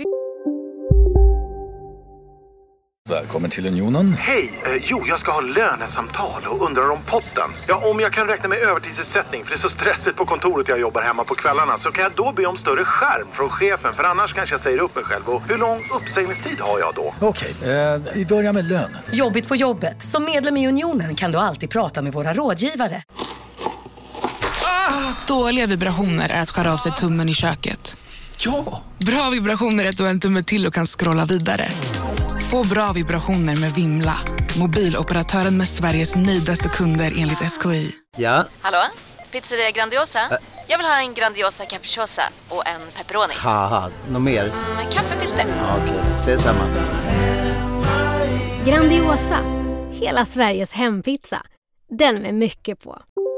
Välkommen till Unionen. Hej, jag ska ha lönesamtal och undrar om potten. Ja, om jag kan räkna med övertidsersättning, för det är så stressigt på kontoret, jag jobbar hemma på kvällarna, så kan jag då be om större skärm från chefen, för annars kanske jag säger upp mig själv. Och hur lång uppsägningstid har jag då? Okej, vi börjar med lön. Jobbigt på jobbet. Som medlem i Unionen kan du alltid prata med våra rådgivare. Dåliga vibrationer är att skära av sig tummen i köket. Ja! Bra vibrationer är att du har en tumme till och kan scrolla vidare. Få bra vibrationer med Vimla. Mobiloperatören med Sveriges nöjdaste kunder enligt SKI. Ja? Hallå? Pizzeria Grandiosa? Jag vill ha en Grandiosa capriciosa och en pepperoni. Haha, något mer? Kaffefilter. Ja, okej, ses samma. Grandiosa, hela Sveriges hempizza. Den med mycket på.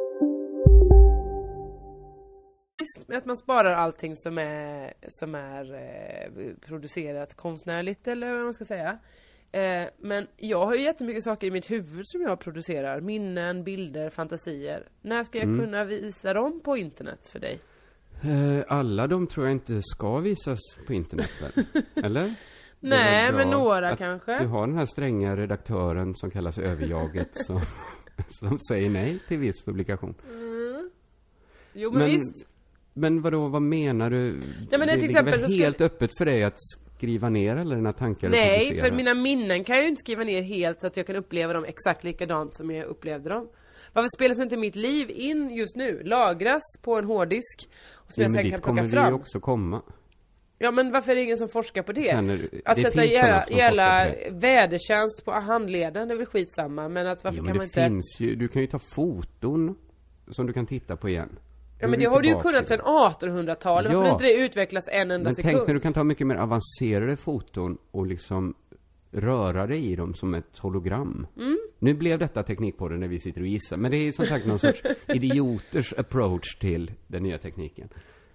Att man sparar allting som är producerat konstnärligt, eller vad man ska säga. Men jag har ju jättemycket saker i mitt huvud som jag producerar. Minnen, bilder, fantasier. När ska jag kunna visa dem på internet för dig? Alla de tror jag inte ska visas på internet, eller? Nej, men några kanske. Du har den här stränga redaktören som kallas överjaget som säger nej till viss publikation. Jo, men visst. Men vad menar du? Ja, men det till exempel är helt öppet för dig att skriva ner alla dina tankar? Nej, för mina minnen kan jag ju inte skriva ner helt så att jag kan uppleva dem exakt likadant som jag upplevde dem. Varför spelas inte mitt liv in just nu? Lagras på en hårddisk och som jag sen kan plocka fram. Kommer det också komma. Ja, men varför är det ingen som forskar på det? Att det sätta jävla vädertjänst på handleden, det är väl skitsamma. Men att varför kan man inte... Finns ju, du kan ju ta foton som du kan titta på igen. Ja, men det har du ju kunnat sedan 1800-talet. Varför inte det utvecklas en enda sekund? Men tänk när du kan ta mycket mer avancerade foton och liksom röra dig i dem som ett hologram. Nu blev detta teknikpodden när vi sitter och gissar. Men det är ju som sagt någon sorts idioters approach till den nya tekniken.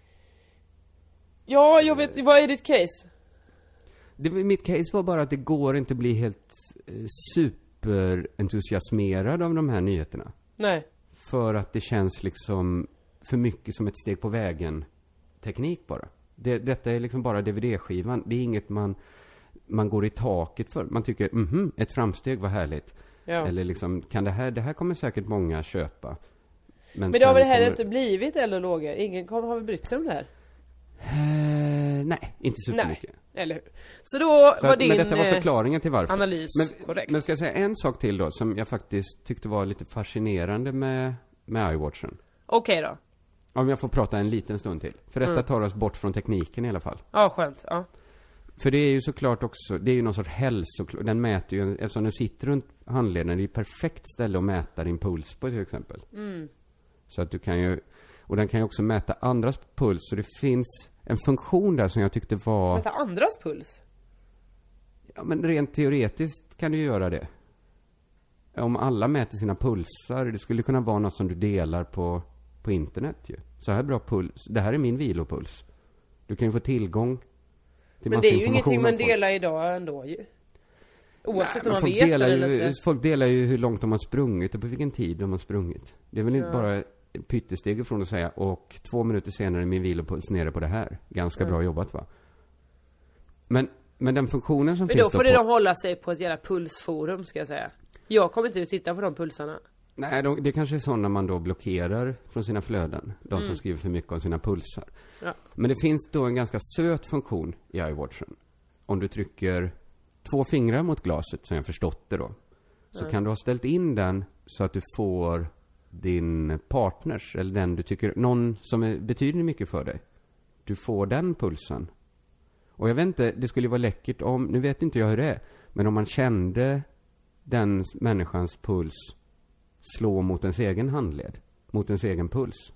Ja, jag vet. Vad är ditt case? Mitt case var bara att det går inte bli helt superentusiasmerad av de här nyheterna. Nej. För att det känns liksom för mycket som ett steg på vägen teknik bara. Detta är liksom bara DVD-skivan. Det är inget man går i taket för. Man tycker, ett framsteg var härligt. Ja. Eller liksom, det här kommer säkert många köpa. Men det har väl heller inte blivit eller lågor? Ingen har väl brytt sig om det här? Nej, inte supermycket. Nej, eller hur? Så då var din men detta var förklaringen till varför. Analys korrekt. Men ska jag säga en sak till då som jag faktiskt tyckte var lite fascinerande med iWatchen. Okej då. Om jag får prata en liten stund till. För detta tar oss bort från tekniken i alla fall. Ja, skönt. Ja. För det är ju såklart också, det är ju någon sorts den mäter ju, eftersom den sitter runt handleden, det är ju perfekt ställe att mäta din puls på till exempel. Så att du kan ju, och den kan ju också mäta andras puls, så det finns en funktion där som jag tyckte var... Mäta andras puls? Ja, men rent teoretiskt kan du göra det. Om alla mäter sina pulsar, det skulle kunna vara något som du delar på på internet ju. Så här bra puls. Det här är min vilopuls. Du kan ju få tillgång till men det är ju ingenting man delar idag ändå ju. Oavsett om man vet eller inte. Folk delar ju hur långt de har sprungit och på vilken tid de har sprungit. Det är väl inte bara pyttesteg ifrån att säga och 2 minuter senare är min vilopuls nere på det här. Ganska bra jobbat, va? Men den funktionen som finns då får de hålla sig på ett jävla pulsforum, ska jag säga. Jag kommer inte att titta på de pulsarna. Nej, det kanske är så när man då blockerar från sina flöden. De som skriver för mycket om sina pulsar. Ja. Men det finns då en ganska söt funktion i iWatchen. Om du trycker 2 fingrar mot glaset, som jag förstått det då. Så kan du ha ställt in den så att du får din partners, eller den du tycker, någon som betyder mycket för dig. Du får den pulsen. Och jag vet inte, det skulle ju vara läckert om, nu vet inte jag hur det är, men om man kände den människans puls slå mot ens egen handled, mot ens egen puls.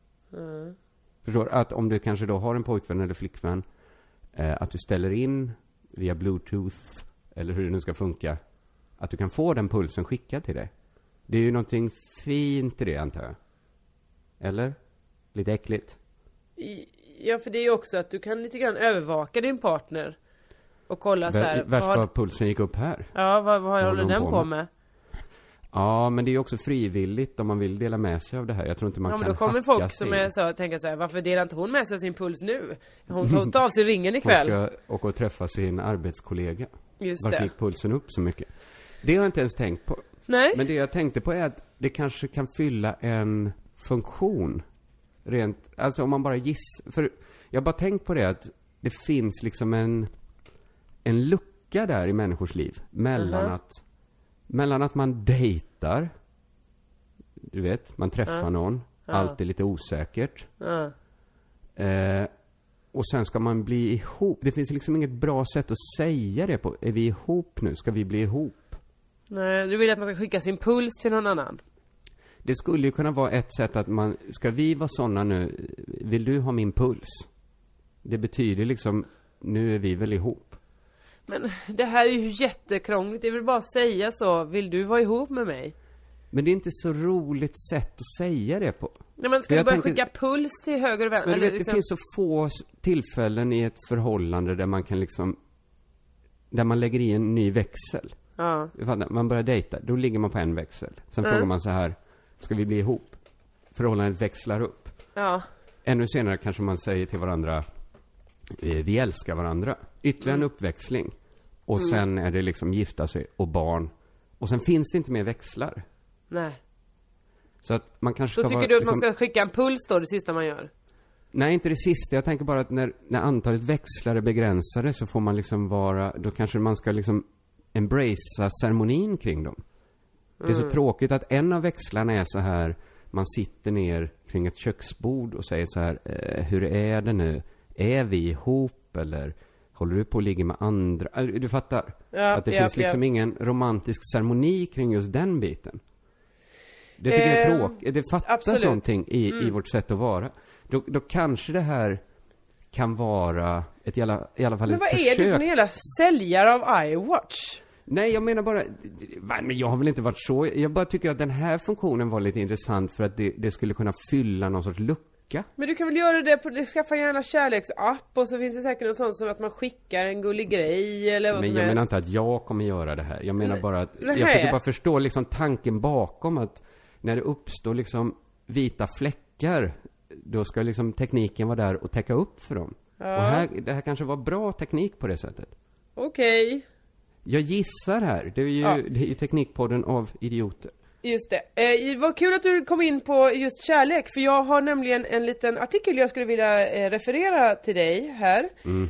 Förstår att om du kanske då har en pojkvän eller flickvän, att du ställer in via Bluetooth, eller hur det nu ska funka, att du kan få den pulsen skickad till dig. Det är ju någonting fint i det, antar jag. Eller? Lite äckligt. Ja, för det är ju också att du kan lite grann övervaka din partner och kolla så här. Värst vad pulsen gick upp här. Ja, vad håller den på med? Ja, men det är ju också frivilligt om man vill dela med sig av det här. Jag tror inte man kan hacka sig. Ja, men då kommer folk som är så tänka så här, varför delar inte hon med sig sin puls nu? Hon tar av sig ringen ikväll. Hon ska åka och träffa sin arbetskollega. Just varför gick pulsen upp så mycket? Det har jag inte ens tänkt på. Nej. Men det jag tänkte på är att det kanske kan fylla en funktion. Alltså om man bara gissar. För jag har bara tänkt på det att det finns liksom en lucka där i människors liv. Mellan att man dejtar. Du vet, man träffar någon. Allt är lite osäkert. Och sen ska man bli ihop. Det finns liksom inget bra sätt att säga det på. Är vi ihop nu? Ska vi bli ihop? Nej, du vill att man ska skicka sin puls till någon annan. Det skulle ju kunna vara ett sätt att ska vi vara såna nu? Vill du ha min puls? Det betyder liksom, nu är vi väl ihop. Men det här är ju jättekrångligt. Det vill bara säga så. Vill du vara ihop med mig? Men det är inte så roligt sätt att säga det på. Nej, men ska du börja skicka puls till höger och vänster? Men du vet, liksom... det finns så få tillfällen i ett förhållande där man kan liksom, där man lägger i en ny växel. Ja. Man börjar dejta, då ligger man på en växel. Sen frågar man så här, ska vi bli ihop? Förhållandet växlar upp. Ja. Ännu senare kanske man säger till varandra, vi älskar varandra. Ytterligare en uppväxling. Och sen är det liksom gifta sig och barn. Och sen finns det inte mer växlar. Nej. Så att man kanske då ska tycker du att man ska skicka en puls då, det sista man gör? Nej, inte det sista. Jag tänker bara att när antalet växlar är begränsade så får man liksom då kanske man ska liksom embracea ceremonin kring dem. Det är så tråkigt att en av växlarna är så här, man sitter ner kring ett köksbord och säger så här, hur är det nu? Är vi ihop eller håller du på att ligga med andra? Du fattar? Ja, att det finns liksom ingen romantisk ceremoni kring just den biten. Det tycker jag är tråkigt. Det fattas absolut. Någonting i vårt sätt att vara. Då kanske det här kan vara i alla fall ett försök. Men vad är du för en hela säljare av iWatch? Nej, jag menar bara, men jag har väl inte varit så. Jag bara tycker att den här funktionen var lite intressant för att det skulle kunna fylla någon sorts lucka. Men du kan väl göra det på, skaffa gärna kärleksapp och så finns det säkert något sånt som att man skickar en gullig grej eller vad som helst. Men jag menar inte att jag kommer göra det här. Jag menar bara att, jag försöker bara förstå liksom tanken bakom att när det uppstår liksom vita fläckar, då ska liksom tekniken vara där och täcka upp för dem. Ja. Och det här kanske var bra teknik på det sättet. Okej. Jag gissar här. Det är ju teknikpodden av idioter. Just det. Vad kul att du kom in på just kärlek. För jag har nämligen en liten artikel jag skulle vilja referera till dig här.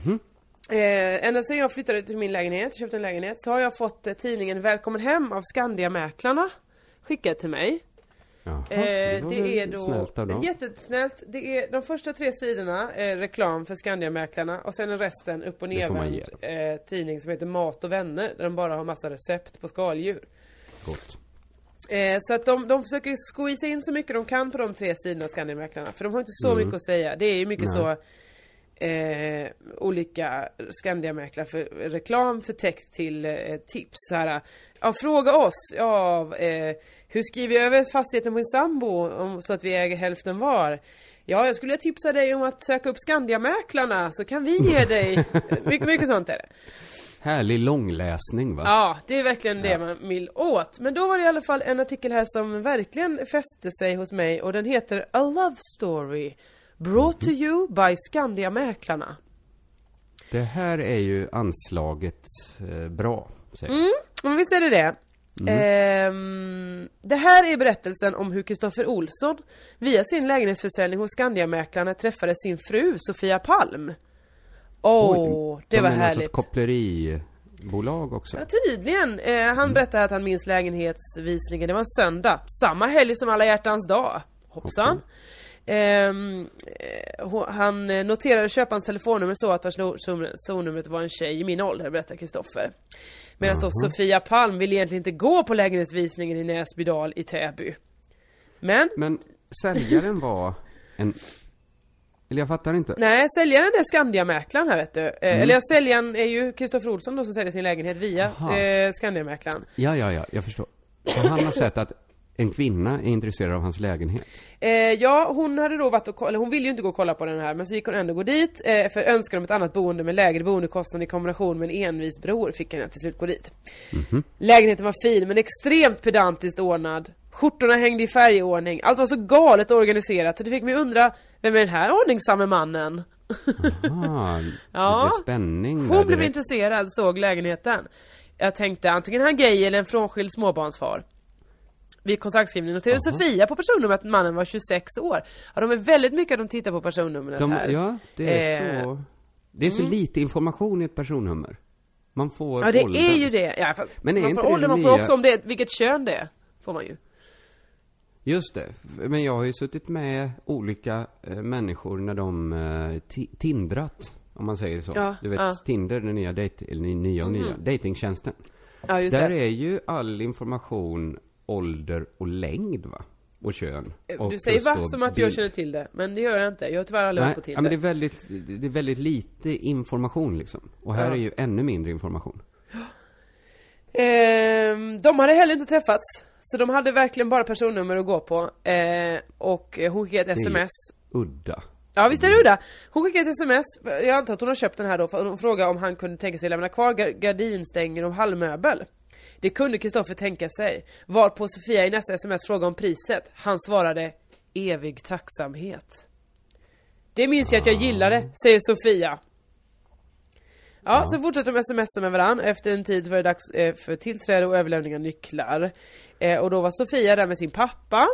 Ända sedan jag flyttade till min lägenhet, köpte en lägenhet, så har jag fått tidningen Välkommen hem av Skandiamäklarna skickad till mig. Jaha, det är då snällt av dem. Jättesnällt. Det är de första 3 sidorna reklam för Skandiamäklarna och sen är resten upp- och nervänd tidning som heter Mat och vänner där de bara har massa recept på skaldjur. Gott. Så att de försöker squeeza in så mycket de kan på de 3 sidorna Skandiamäklarna, för de har inte så mycket att säga. Det är ju mycket så olika Skandiamäklare för reklam för text till tips. Så här, ja, fråga oss. Ja, hur skriver jag över fastigheten på en sambo så att vi äger hälften var? Ja, jag skulle tipsa dig om att söka upp Skandiamäklarna så kan vi ge dig mycket sånt är det. Härlig långläsning, va? Ja, det är verkligen det man vill åt. Men då var det i alla fall en artikel här som verkligen fäste sig hos mig. Och den heter A Love Story Brought to you by Skandiamäklarna. Det här är ju anslaget bra, säger men visst är det det. Det här är berättelsen om hur Kristoffer Olsson via sin lägenhetsförsäljning hos Skandiamäklarna träffade sin fru Sofia Palm. Det var härligt. Koppleribolag också. Ja, tydligen. Han berättade att han minns lägenhetsvisningen. Det var en söndag. Samma helg som alla hjärtans dag. Hoppsan. Han noterade köparens telefonnummer så att personnumret var en tjej i min ålder, berättar Kristoffer. Medan då Sofia Palm ville egentligen inte gå på lägenhetsvisningen i Näsbydal i Täby. Men säljaren var en... Eller jag fattar inte. Nej, säljaren är Skandiamäklaren här, vet du. Eller säljaren är ju Kristoffer Olsson då, som säljer sin lägenhet via Skandiamäklaren. Ja, jag förstår. Så han har sett att en kvinna är intresserad av hans lägenhet. Ja, hon hade då varit eller hon ville ju inte gå och kolla på den här, men så gick hon ändå gå dit för önskar om ett annat boende med lägre boendekostnad i kombination med en envis bror fick henne till slut gå dit. Lägenheten var fin men extremt pedantiskt ordnad. Skjortorna hängde i färgordning. Allt var så galet organiserat så det fick mig undra, vem är den här ordningsamme mannen? Aha, ja, det spänning. Hon blev intresserad, såg lägenheten. Jag tänkte antingen han gay eller en frånskild småbarnsfar. Vid kontraktskrivningen noterade Sofia på personnumret att mannen var 26 år. Ja, de är väldigt mycket att de tittar på personnumret här. Ja, det är så. Det är så lite information i ett personnummer. Man får det åldern. är ju det. Ja, men man får åldern, man får också om det vilket kön det är. Får man ju. Just det. Men jag har ju suttit med olika människor när de tindrat, om man säger så. Ja, du vet, Tinder, den nya nya datingtjänsten. Ja, just där är ju all information ålder och längd, va? Och kön. Och du säger va som att jag känner till det, men det gör jag inte. Jag har tyvärr aldrig varit på Tinder. Men det är väldigt lite information liksom. Och här är ju ännu mindre information. De hade heller inte träffats. Så de hade verkligen bara personnummer att gå på. Och hon skickade ett sms. Udda. Ja, visst är det udda. Hon skickade ett sms. Jag antar att hon har köpt den här då. För hon frågade om han kunde tänka sig lämna kvar gardinstänger och hallmöbel. Det kunde Kristoffer tänka sig. Varpå Sofia i nästa sms frågade om priset. Han svarade evig tacksamhet. Det minns jag att jag gillade, säger Sofia. Ja, så fortsätter de smsa med varandra. Efter en tid var det dags för tillträde och överlämning av nycklar. Och då var Sofia där med sin pappa.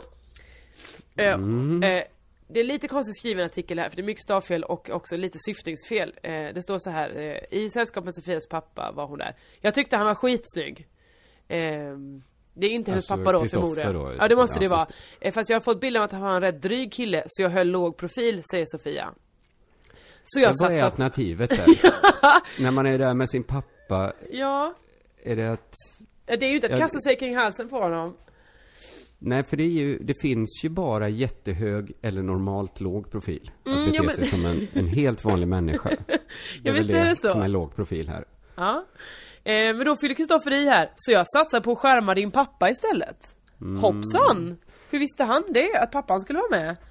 Det är lite konstigt skriven artikel här, för det är mycket stavfel och också lite syftningsfel. Det står så här: i sällskap med Sofias pappa var hon där. Jag tyckte han var skitsnygg. Det är inte hennes pappa då, förmodligen. Ja, det måste det vara. Fast jag har fått bilden av att han var en rätt dryg kille, så jag höll låg profil, säger Sofia. Så jag vad är alternativet där? När man är där med sin pappa. Ja. Är det att... Det är ju inte att kasta sig kring halsen på honom. Nej, för det finns ju bara jättehög eller normalt låg profil. Att bete sig som en helt vanlig människa. Det är väl det så som är låg profil här. Ja. Men då fyller Kristoffer i här. Så jag satsar på att skärma din pappa istället. Hoppsan! Hur visste han det? Att pappan skulle vara med?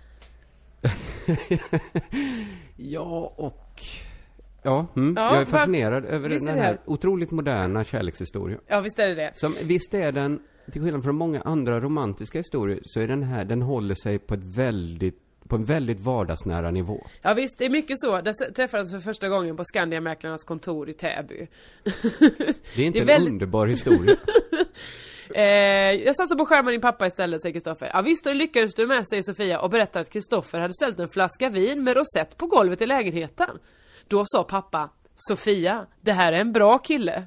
Jag är fascinerad över den här otroligt moderna kärlekshistorien. Ja, visst är det. Visst är den, till skillnad från många andra romantiska historier, så är den håller sig på en väldigt vardagsnära nivå. Ja visst, det är mycket så. Där träffades för första gången på Skandiamäklarnas kontor i Täby. Det är inte en underbar historia. Jag satt på skärmen din pappa istället, säger Kristoffer. Ja visst, då lyckades du med, säger Sofia, och berättar att Kristoffer hade ställt en flaska vin med rosett på golvet i lägenheten. Då sa pappa: Sofia, det här är en bra kille.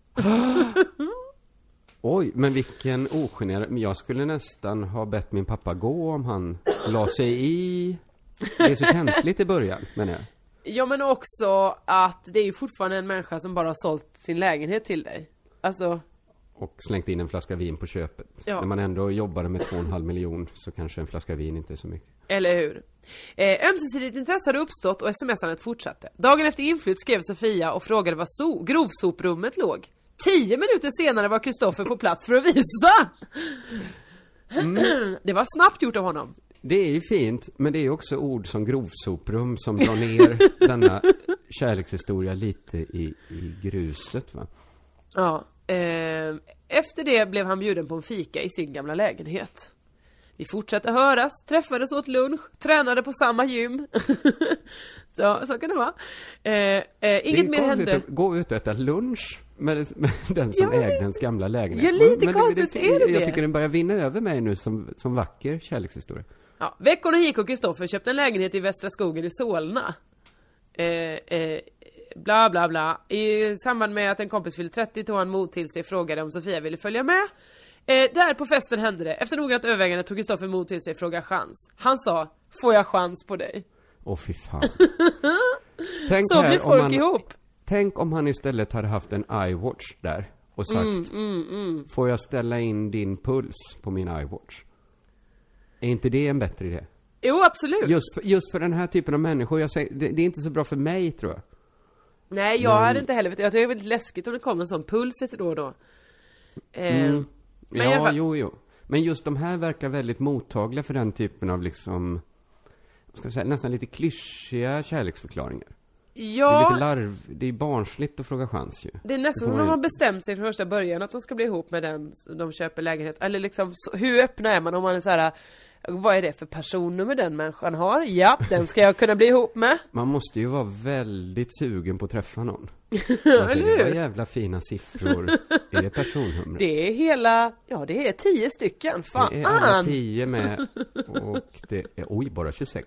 Oj, men vilken ogenerad. Jag skulle nästan ha bett min pappa gå om han la sig i. Det är så känsligt i början, menar jag. Ja, men också att det är ju fortfarande en människa som bara har sålt sin lägenhet till dig. Alltså... och slängt in en flaska vin på köpet. Ja. När man ändå jobbade med 2,5 miljoner så kanske en flaska vin inte är så mycket. Eller hur? Ömsesidigt intresse hade uppstått och smsandet fortsatte. Dagen efter inflytt skrev Sofia och frågade var grovsoprummet låg. 10 minuter senare var Kristoffer på plats för att visa. Det var snabbt gjort av honom. Det är ju fint, men det är också ord som grovsoprum som drar ner denna kärlekshistoria lite i gruset, va? Ja, efter det blev han bjuden på en fika i sin gamla lägenhet. Vi fortsatte höras, träffades åt lunch, tränade på samma gym. så kan det vara. Inget mer hände. Gå ut och äta lunch med den som ägde ens gamla lägenhet. Ja, lite konstigt är det. Jag tycker den börjar vinna över mig nu som vacker kärlekshistoria. Ja, veckorna gick och Kristoffer köpte en lägenhet i Västra skogen i Solna. Bla bla bla. I samband med att en kompis fyllde 30 tog han mod till sig och frågade om Sofia ville följa med. Där på festen hände det. Efter noggrant övervägande tog Kristoffer mod till sig och frågade chans. Han sa, får jag chans på dig? Åh fy fan. Så blir folk ihop. Tänk om han istället hade haft en iWatch där och sagt, får jag ställa in din puls på min iWatch? Är inte det en bättre idé? Jo, absolut. Just för den här typen av människor. Jag säger, det är inte så bra för mig, tror jag. Nej, jag hade inte heller. Jag tycker det är väldigt läskigt om det kommer en sån puls lite då och då. Men ja, jo. Men just de här verkar väldigt mottagliga för den typen av liksom, ska jag säga, nästan lite klyschiga kärleksförklaringar. Ja. Det är lite det är barnsligt att fråga chans ju. Det är nästan som de har bestämt sig från första början att de ska bli ihop med den de köper lägenhet. Eller liksom, hur öppna är man om man är så här, vad är det för personnummer den människan har? Ja, den ska jag kunna bli ihop med. Man måste ju vara väldigt sugen på att träffa någon. Eller hur? Det var jävla fina siffror. Är det personnumret? Det är det är 10 stycken. Fan. Det är alla 10 med. Och det är, bara 26.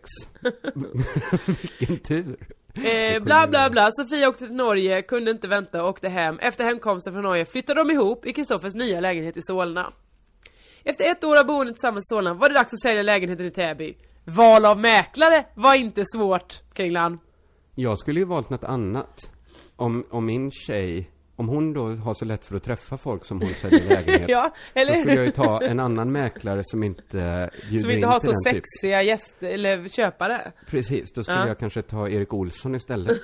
Vilken tur. Bla bla bla. Sofia åkte till Norge, kunde inte vänta och åkte hem. Efter hemkomsten från Norge flyttade de ihop i Kristoffers nya lägenhet i Solna. Efter 1 år av boende tillsammans i Solna var det dags att sälja lägenheten i Täby. Val av mäklare var inte svårt, Kringland. Jag skulle ju valt något annat. Om min tjej, om hon då har så lätt för att träffa folk som hon säljer lägenhet. Ja, eller så skulle jag ju ta en annan mäklare som inte bjuder som inte in har till så sexiga gäster eller köpare. Precis, då skulle jag kanske ta Erik Olsson istället.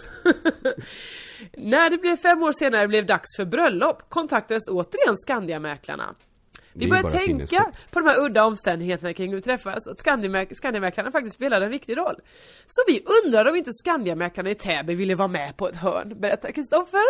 När det blev 5 år senare blev dags för bröllop kontaktades återigen Skandiamäklarna. Vi började tänka på de här udda omständigheterna kring hur vi träffas. Att Skandiamäklarna faktiskt spelade en viktig roll. Så vi undrade om inte Skandiamäklarna i Täby ville vara med på ett hörn. Berättar Kristoffer?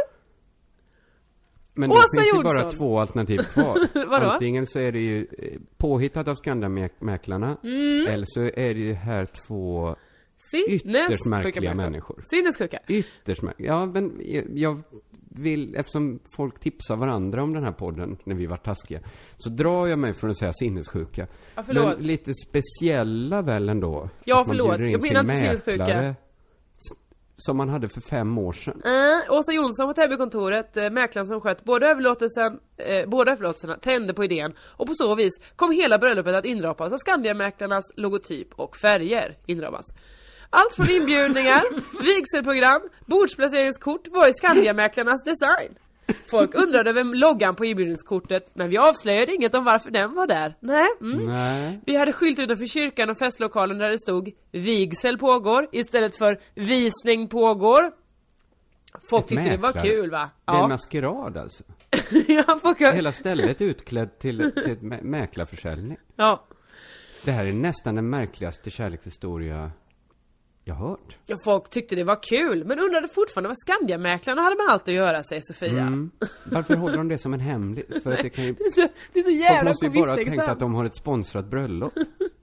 Men det finns ju bara 2 alternativ kvar. Vadå? Antingen så är det ju påhittat av Skandiamäklarna. Eller så är det ju här 2 ytterst märkliga människor. Sinnessjuka. Ytterst märkliga. Ja, men jag vill, eftersom folk tipsar varandra om den här podden när vi var taskiga, så drar jag mig från att säga sinnessjuka. Ja, men lite speciella väl ändå. Ja, förlåt. Jag menar inte sinnessjuka. Som man hade för 5 år sedan. Åsa Jonsson på Täbykontoret, mäklaren som sköt båda överlåtelserna, tände på idén. Och på så vis kom hela bröllopet att inrapas av Skandiamäklarnas logotyp och färger inrapas. Allt från inbjudningar, vigselprogram, bordsplaceringskort var i Skandiamäklarnas design. Folk undrade över loggan på inbjudningskortet, men vi avslöjade inget om varför den var där. Nej. Vi hade skylt utanför kyrkan och festlokalen där det stod vigsel pågår istället för visning pågår. Folk tyckte det var kul, va? Det är en maskerad alltså. Hela stället utklädd till mäklarförsäljning. Ja. Det här är nästan den märkligaste kärlekshistoria jag hört. Ja, folk tyckte det var kul, men undrade fortfarande vad Skandiamäklarna hade med allt att göra, säger Sofia. Varför håller de det som en hemligt? För att det kan ju... det är så jävla folk måste ju bara tänka att de har ett sponsrat bröllop.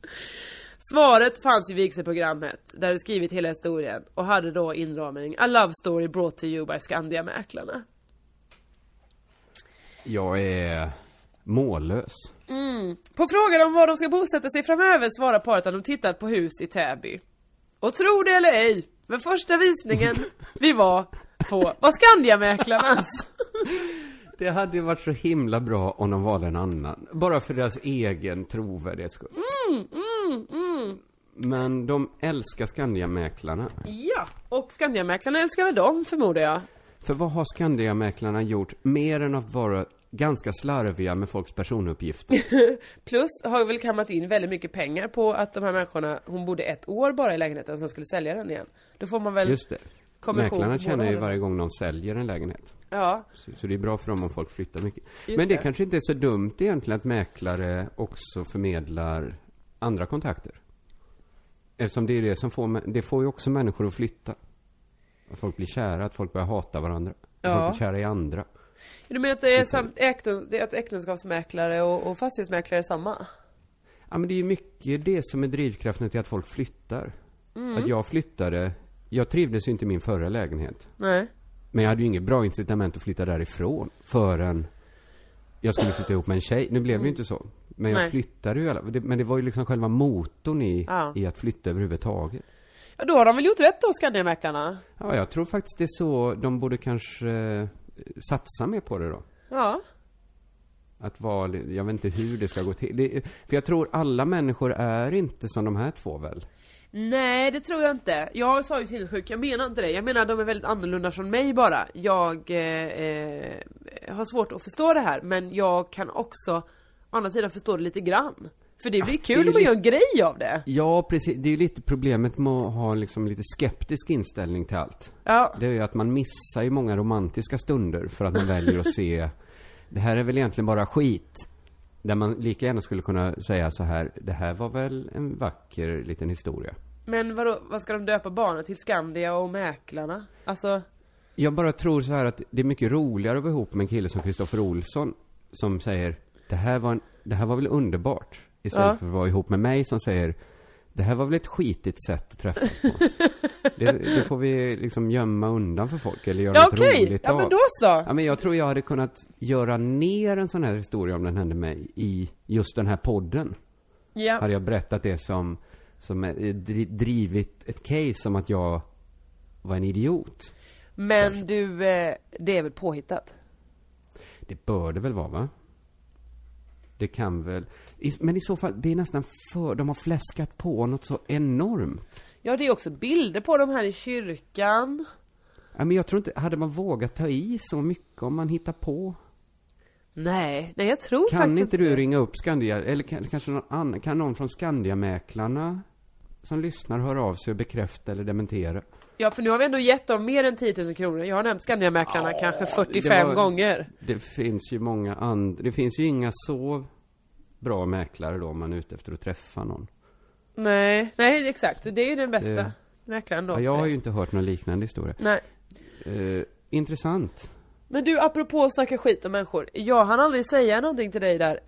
Svaret fanns i vigselprogrammet där det skrivit hela historien och hade då inramning A Love Story Brought to You by Skandiamäklarna. Jag är mållös. På frågan om var de ska bosätta sig framöver svarar paret att de tittat på hus i Täby. Och tro det eller ej, men första visningen vi var på var Skandiamäklarnas. Det hade ju varit så himla bra om de valde en annan. Bara för deras egen trovärdighet. Men de älskar Skandiamäklarna. Ja, och Skandiamäklarna älskar väl dem, förmodar jag. För vad har Skandiamäklarna gjort mer än att vara ganska slarviga med folks personuppgifter. Plus har väl kammat in väldigt mycket pengar på att de här människorna, hon bodde 1 år bara i lägenheten som skulle sälja den igen. Då får man väl... Just det. Mäklarna tjänar ju varje gång någon säljer en lägenhet. Ja. Så det är bra för dem om folk flyttar mycket. Men det kanske inte är så dumt egentligen att mäklare också förmedlar andra kontakter. Eftersom det är det som det får ju också människor att flytta. Att folk blir kära, att folk börjar hata varandra. Att folk blir kära i andra. Du menar att det är att äktenskapsmäklare och fastighetsmäklare är samma? Ja, men det är ju mycket det som är drivkraften till att folk flyttar. Att jag flyttade... Jag trivdes ju inte i min förra lägenhet. Nej. Men jag hade ju inget bra incitament att flytta därifrån förrän jag skulle flytta ihop med en tjej. Nu blev det ju inte så. Men jag flyttade ju men det var ju liksom själva motorn i att flytta överhuvudtaget. Ja, då har de väl gjort rätt då, Skandiamäklarna? Ja, jag tror faktiskt det är så. De borde kanske satsa mer på det då. Ja. Jag vet inte hur det ska gå till. För jag tror alla människor är inte som de här två väl. Nej, det tror jag inte. Jag sa ju sinnessjuk, jag menar inte det. Jag menar de är väldigt annorlunda från mig bara. Jag har svårt att förstå det här. Men jag kan också å andra sidan förstå det lite grann. För det blir kul om man gör en grej av det. Ja, precis. Det är ju lite problemet med att ha liksom lite skeptisk inställning till allt. Ja. Det är ju att man missar ju många romantiska stunder för att man väljer att se det här är väl egentligen bara skit. Där man lika gärna skulle kunna säga så här, det här var väl en vacker liten historia. Men vad ska de döpa barnet till? Skandia och mäklarna? Alltså... Jag bara tror så här att det är mycket roligare att vara ihop med en kille som Kristoffer Olsson som säger, det här var väl underbart. Istället för att vara ihop med mig som säger, det här var väl ett skitigt sätt att träffas på. Det får vi liksom gömma undan för folk eller göra något roligt av. Ja, men då så. Ja, men jag tror jag hade kunnat göra ner en sån här historia om den hände mig i just den här podden. Ja. Hade jag berättat det som drivit ett case som att jag var en idiot. Men kanske. Du, det är väl påhittat? Det bör det väl vara, va? Det kan väl... Men i så fall, det är nästan de har fläskat på något så enormt. Ja, det är också bilder på de här i kyrkan. Ja, men jag tror inte, hade man vågat ta i så mycket om man hittar på? Nej, jag tror kan faktiskt inte du ringa upp Skandia, eller kanske någon annan, kan någon från Skandiamäklarna som lyssnar höra av sig och bekräfta eller dementera? Ja, för nu har vi ändå gett dem mer än 10 000 kronor. Jag har nämnt Skandiamäklarna kanske 45 gånger. Det finns ju många andra, det finns ju inga så bra mäklare då om man är ute efter att träffa någon. Nej, exakt. Det är ju den bästa mäklaren då. Ja, jag har ju inte hört någon liknande historia. Nej. Intressant. Men du, apropå att snacka skit om människor. Jag hann aldrig säga någonting till dig där.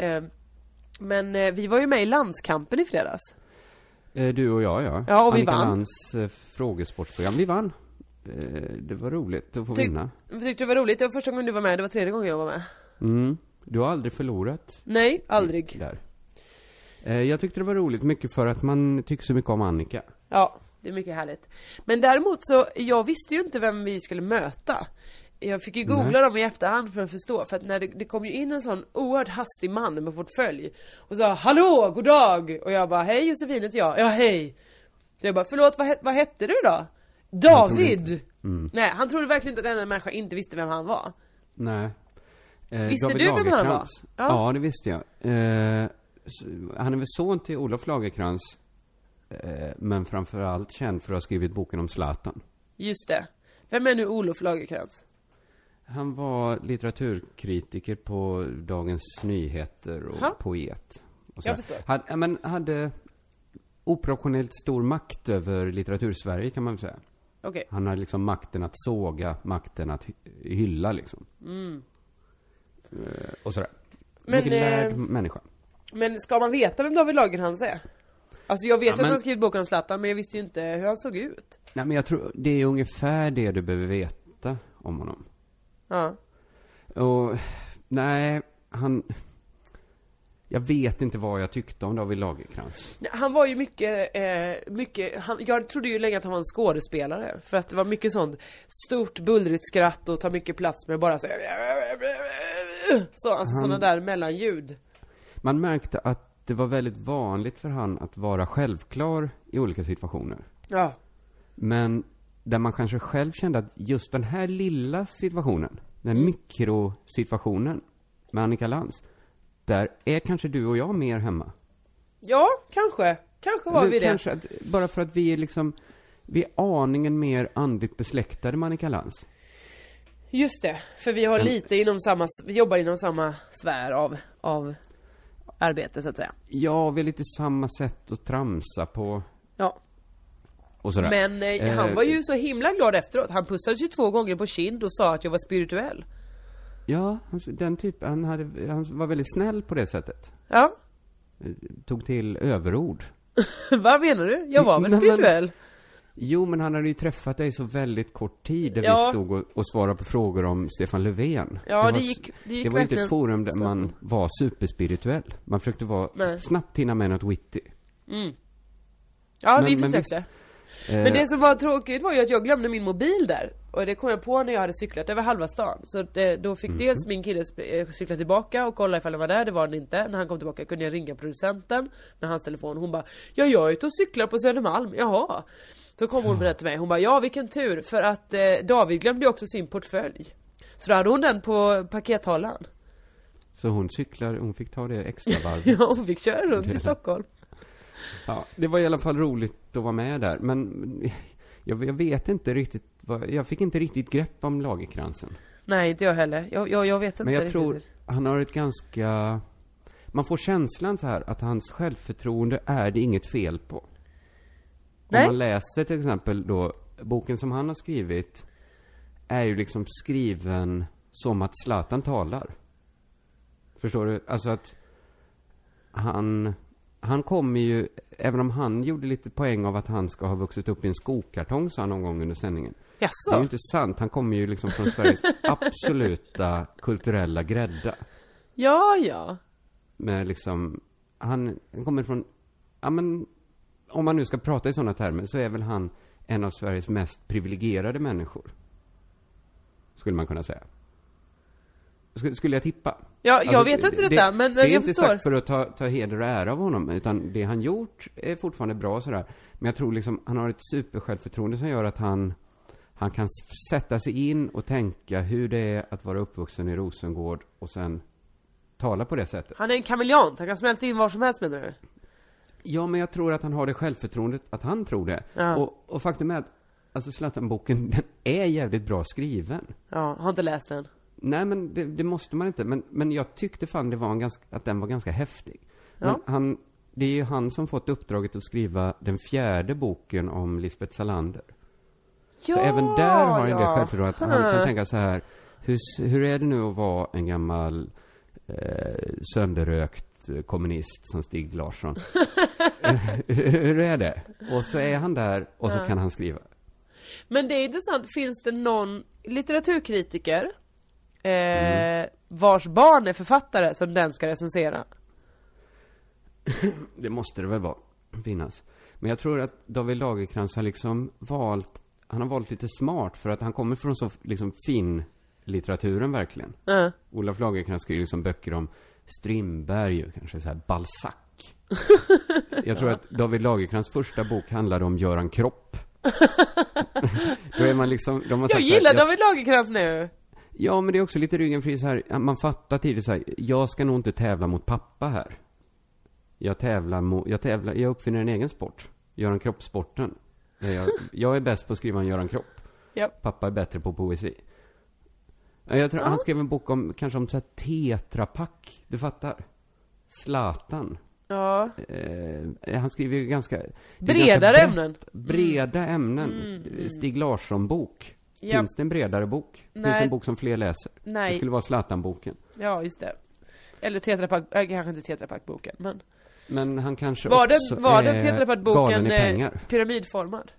Men vi var ju med i Landskampen i fredags. Du och jag, ja. Ja, och vi Annika vann. Lands frågesportprogram. Vi vann. Det var roligt att få vinna. Tyckte du det var roligt? Det var första gången du var med. Det var 3:e gången jag var med. Du har aldrig förlorat? Nej, aldrig. Där. Jag tyckte det var roligt mycket för att man tycker så mycket om Annika. Ja, det är mycket härligt. Men däremot så, jag visste ju inte vem vi skulle möta. Jag fick ju googla dem i efterhand för att förstå. För att när det kom ju in en sån oerhört hastig man med portfölj och sa, hallå, god dag. Och jag bara, hej Josefin heter jag. Ja, hej. Så jag bara, förlåt, vad hette du då? David. Nej, han trodde verkligen inte att denna människa inte visste vem han var. Nej. Visste David du vem han var? Ja, det visste jag. Han är väl son till Olof Lagercrantz. Men framförallt känd för att ha skrivit boken om Zlatan. Just det. Vem är nu Olof Lagercrantz? Han var litteraturkritiker på Dagens Nyheter och poet. Och jag förstår. Hade oproportionellt stor makt över litteratursverige kan man väl säga. Okay. Han hade liksom makten att såga, makten att hylla liksom. Och sådär. Mycket lärd människa. Men ska man veta vem David Lagercrantz är? Alltså jag vet att han skrivit boken om Zlatan, men jag visste ju inte hur han såg ut. Nej, men jag tror det är ungefär det du behöver veta om honom. Ja. Och jag vet inte vad jag tyckte om David Lagercrantz. Han var ju mycket jag trodde ju länge att han var en skådespelare. För att det var mycket sånt stort bullrigt skratt och ta mycket plats med bara så alltså sådana där mellanljud. Man märkte att det var väldigt vanligt för han att vara självklar i olika situationer. Ja. Men där man kanske själv kände att just den här lilla situationen, den mikrosituationen, med Annika Lantz, där är kanske du och jag mer hemma. Ja, kanske var vi det. Kanske bara för att vi är liksom, vi är aningen mer andligt besläktade med Annika Lantz. Just det, för vi har vi jobbar inom samma sfär av arbete så att säga. Ja, vi är lite samma sätt att tramsa på. Ja. Och sådär. Men han var ju så himla glad efteråt. Han pussade 22 gånger på kind och sa att jag var spirituell. Ja, den typen, han var väldigt snäll på det sättet. Ja. Tog till överord. Vad menar du? Jag var väl spirituell? Jo, men han hade ju träffat dig så väldigt kort tid där vi stod och svarade på frågor om Stefan Löfven. Ja, det var inte ett forum där man var superspirituell. Man försökte snabbt hinna med något witty. Mm. Ja, vi försökte. Men det som var tråkigt var ju att jag glömde min mobil där. Och det kom jag på när jag hade cyklat över halva stan. Så då fick dels min kille cykla tillbaka och kolla ifall den var där. Det var den inte. När han kom tillbaka kunde jag ringa producenten med hans telefon. Hon bara, jag är ute och cyklar på Södermalm. Jaha. Så kom hon berätta till mig. Hon bara, ja vilken tur. För att David glömde också sin portfölj. Så då hade hon den på pakethållaren. Så hon fick ta det extra varv. Ja, hon fick köra runt i Stockholm. Ja, det var i alla fall roligt att vara med där. Men jag vet inte riktigt. Jag fick inte riktigt grepp om Lagerkransen. Nej, inte jag heller. Jag vet inte. Men jag riktigt. tror han har ett ganska... Man får känslan så här att hans självförtroende är det inget fel på. Nej. Om man läser till exempel då boken som han har skrivit är ju liksom skriven som att Zlatan talar. Förstår du? Alltså att han kommer ju, även om han gjorde lite poäng av att han ska ha vuxit upp i en skokartong, sa han någon gång under sändningen. Jaså? Det är ju inte sant. Han kommer ju liksom från Sveriges absoluta kulturella grädda. Ja. Med liksom, han kommer från, ja men, om man nu ska prata i sådana termer så är väl han en av Sveriges mest privilegierade människor. Skulle man kunna säga. Skulle jag tippa? Ja, alltså, jag vet inte detta, men det är jag inte förstår. Sagt för att ta heder och ära av honom, utan det han gjort är fortfarande bra sådär. Men jag tror liksom, han har ett supersjälvförtroende som gör att han kan sätta sig in och tänka hur det är att vara uppvuxen i Rosengård och sen tala på det sättet. Han är en kameleont, han kan smälta in var som helst, menar du? Ja, men jag tror att han har det självförtroendet att han tror det. Ja. Och faktum är att alltså Zlatan-boken, den är jävligt bra skriven. Ja, har inte läst den. Nej, men det måste man inte. Men jag tyckte fan att den var ganska häftig. Ja. Men det är ju han som fått uppdraget att skriva den 4:e boken om Lisbeth Salander. Ja, så även där har han det självförtroende att han kan tänka så här, hur är det nu att vara en gammal sönderrökt kommunist som Stig Larsson? Hur är det? Och så är han där och så kan han skriva. Men det är intressant, finns det någon litteraturkritiker vars barn är författare som den ska recensera? Det måste det väl finnas. Men jag tror att David Lagercrantz har liksom valt lite smart, för att han kommer från så liksom fin litteraturen verkligen. Olof Lagercrantz skriver liksom böcker om Strindberg och kanske så här Balzac. Jag tror att David Lagercrantz första bok handlade om Göran Kropp. Då är man liksom, jag gillar David Lagercrantz nu. Ja, men det är också lite ryggen fri så här. Man fattar tidigt så här, jag ska nog inte tävla mot pappa här. Jag uppfinner en egen sport. Göran Kropp-sporten. Jag är bäst på att skriva en Göran Kropp. Yep. Pappa är bättre på poesi. Jag tror han skrev en bok om så här Tetra Pak. Du fattar? Zlatan. Ja. Han skriver ju ganska breda ämnen. Stig Larsson-bok. Yep. Finns det en bredare bok? Nej. Finns det en bok som fler läser? Nej. Det skulle vara Zlatan-boken. Ja, just det. Eller Tetra Pak, kanske inte Tetra Pak-boken, men han kanske var också den Tetra Pak-boken pengar. Pyramidformad?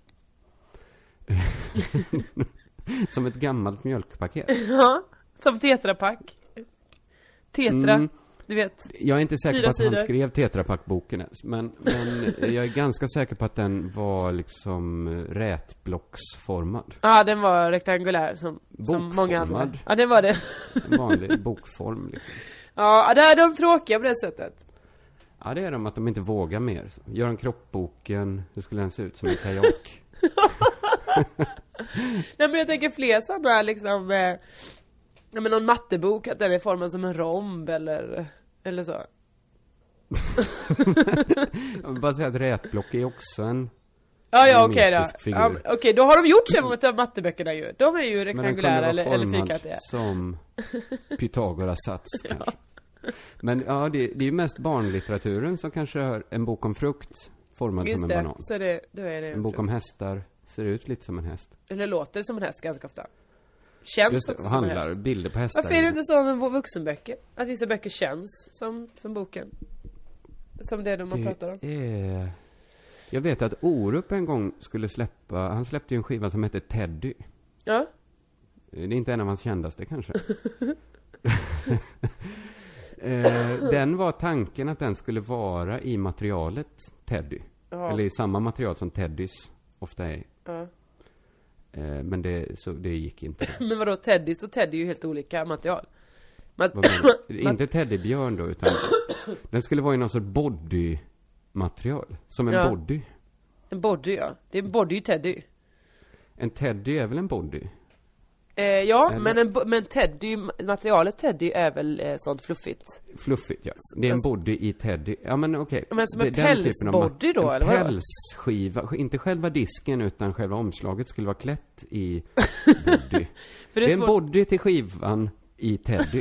Som ett gammalt mjölkpaket. Ja, som Tetra Pak. Tetra, du vet. Jag är inte säker på att sidor. han skrev Tetra Pak-boken ens, men jag är ganska säker på att den var liksom rätblocksformad. Ja, den var rektangulär som många andra. Ja, det var det. En vanlig bokform liksom. Ja, det är de tråkiga på det sättet. Ja, det är de att de inte vågar mer. Göran Kropp-boken, hur skulle den se ut som en kajak? Nej, men jag tänker fler sådana liksom Ja, men någon mattebok, att den är formad som en romb eller så. Jag vill bara säga att rätblock är också en okej då. Ja, okej, då har de gjort sig mot matteböckerna ju. De är ju rektangulära eller fyrkantiga. Som Pythagoras sats kanske. Men ja, det är ju mest barnlitteraturen som kanske har en bok om frukt formad som en banan. Så då är det en bok om hästar ser ut lite som en häst. Eller låter som en häst ganska ofta. Känns också som en häst. Bilder på hästar. Varför är det inte så med vuxenböcker? Att vissa böcker känns som boken? Som det de har pratat om. Jag vet att Orup en gång skulle han släppte ju en skiva som hette Teddy. Ja. Det är inte en av hans kändaste kanske. Den var tanken att den skulle vara i materialet Teddy. Ja. Eller i samma material som Teddys ofta är. Ja. Men det gick inte. Men vadå, Teddys och Teddy är ju helt olika material. Inte teddybjörn då, utan den skulle vara i någon sorts body-material. Som en body. En body, ja. Det är en body Teddy. En Teddy är väl en body? Men Teddy, materialet Teddy är väl sånt fluffigt. Fluffigt, ja. Det är en body i Teddy. Ja, men okej. Men som en pälsbody då, eller vad? En pälsskiva. Inte själva disken, utan själva omslaget skulle vara klätt i body. Det är en body till skivan i Teddy.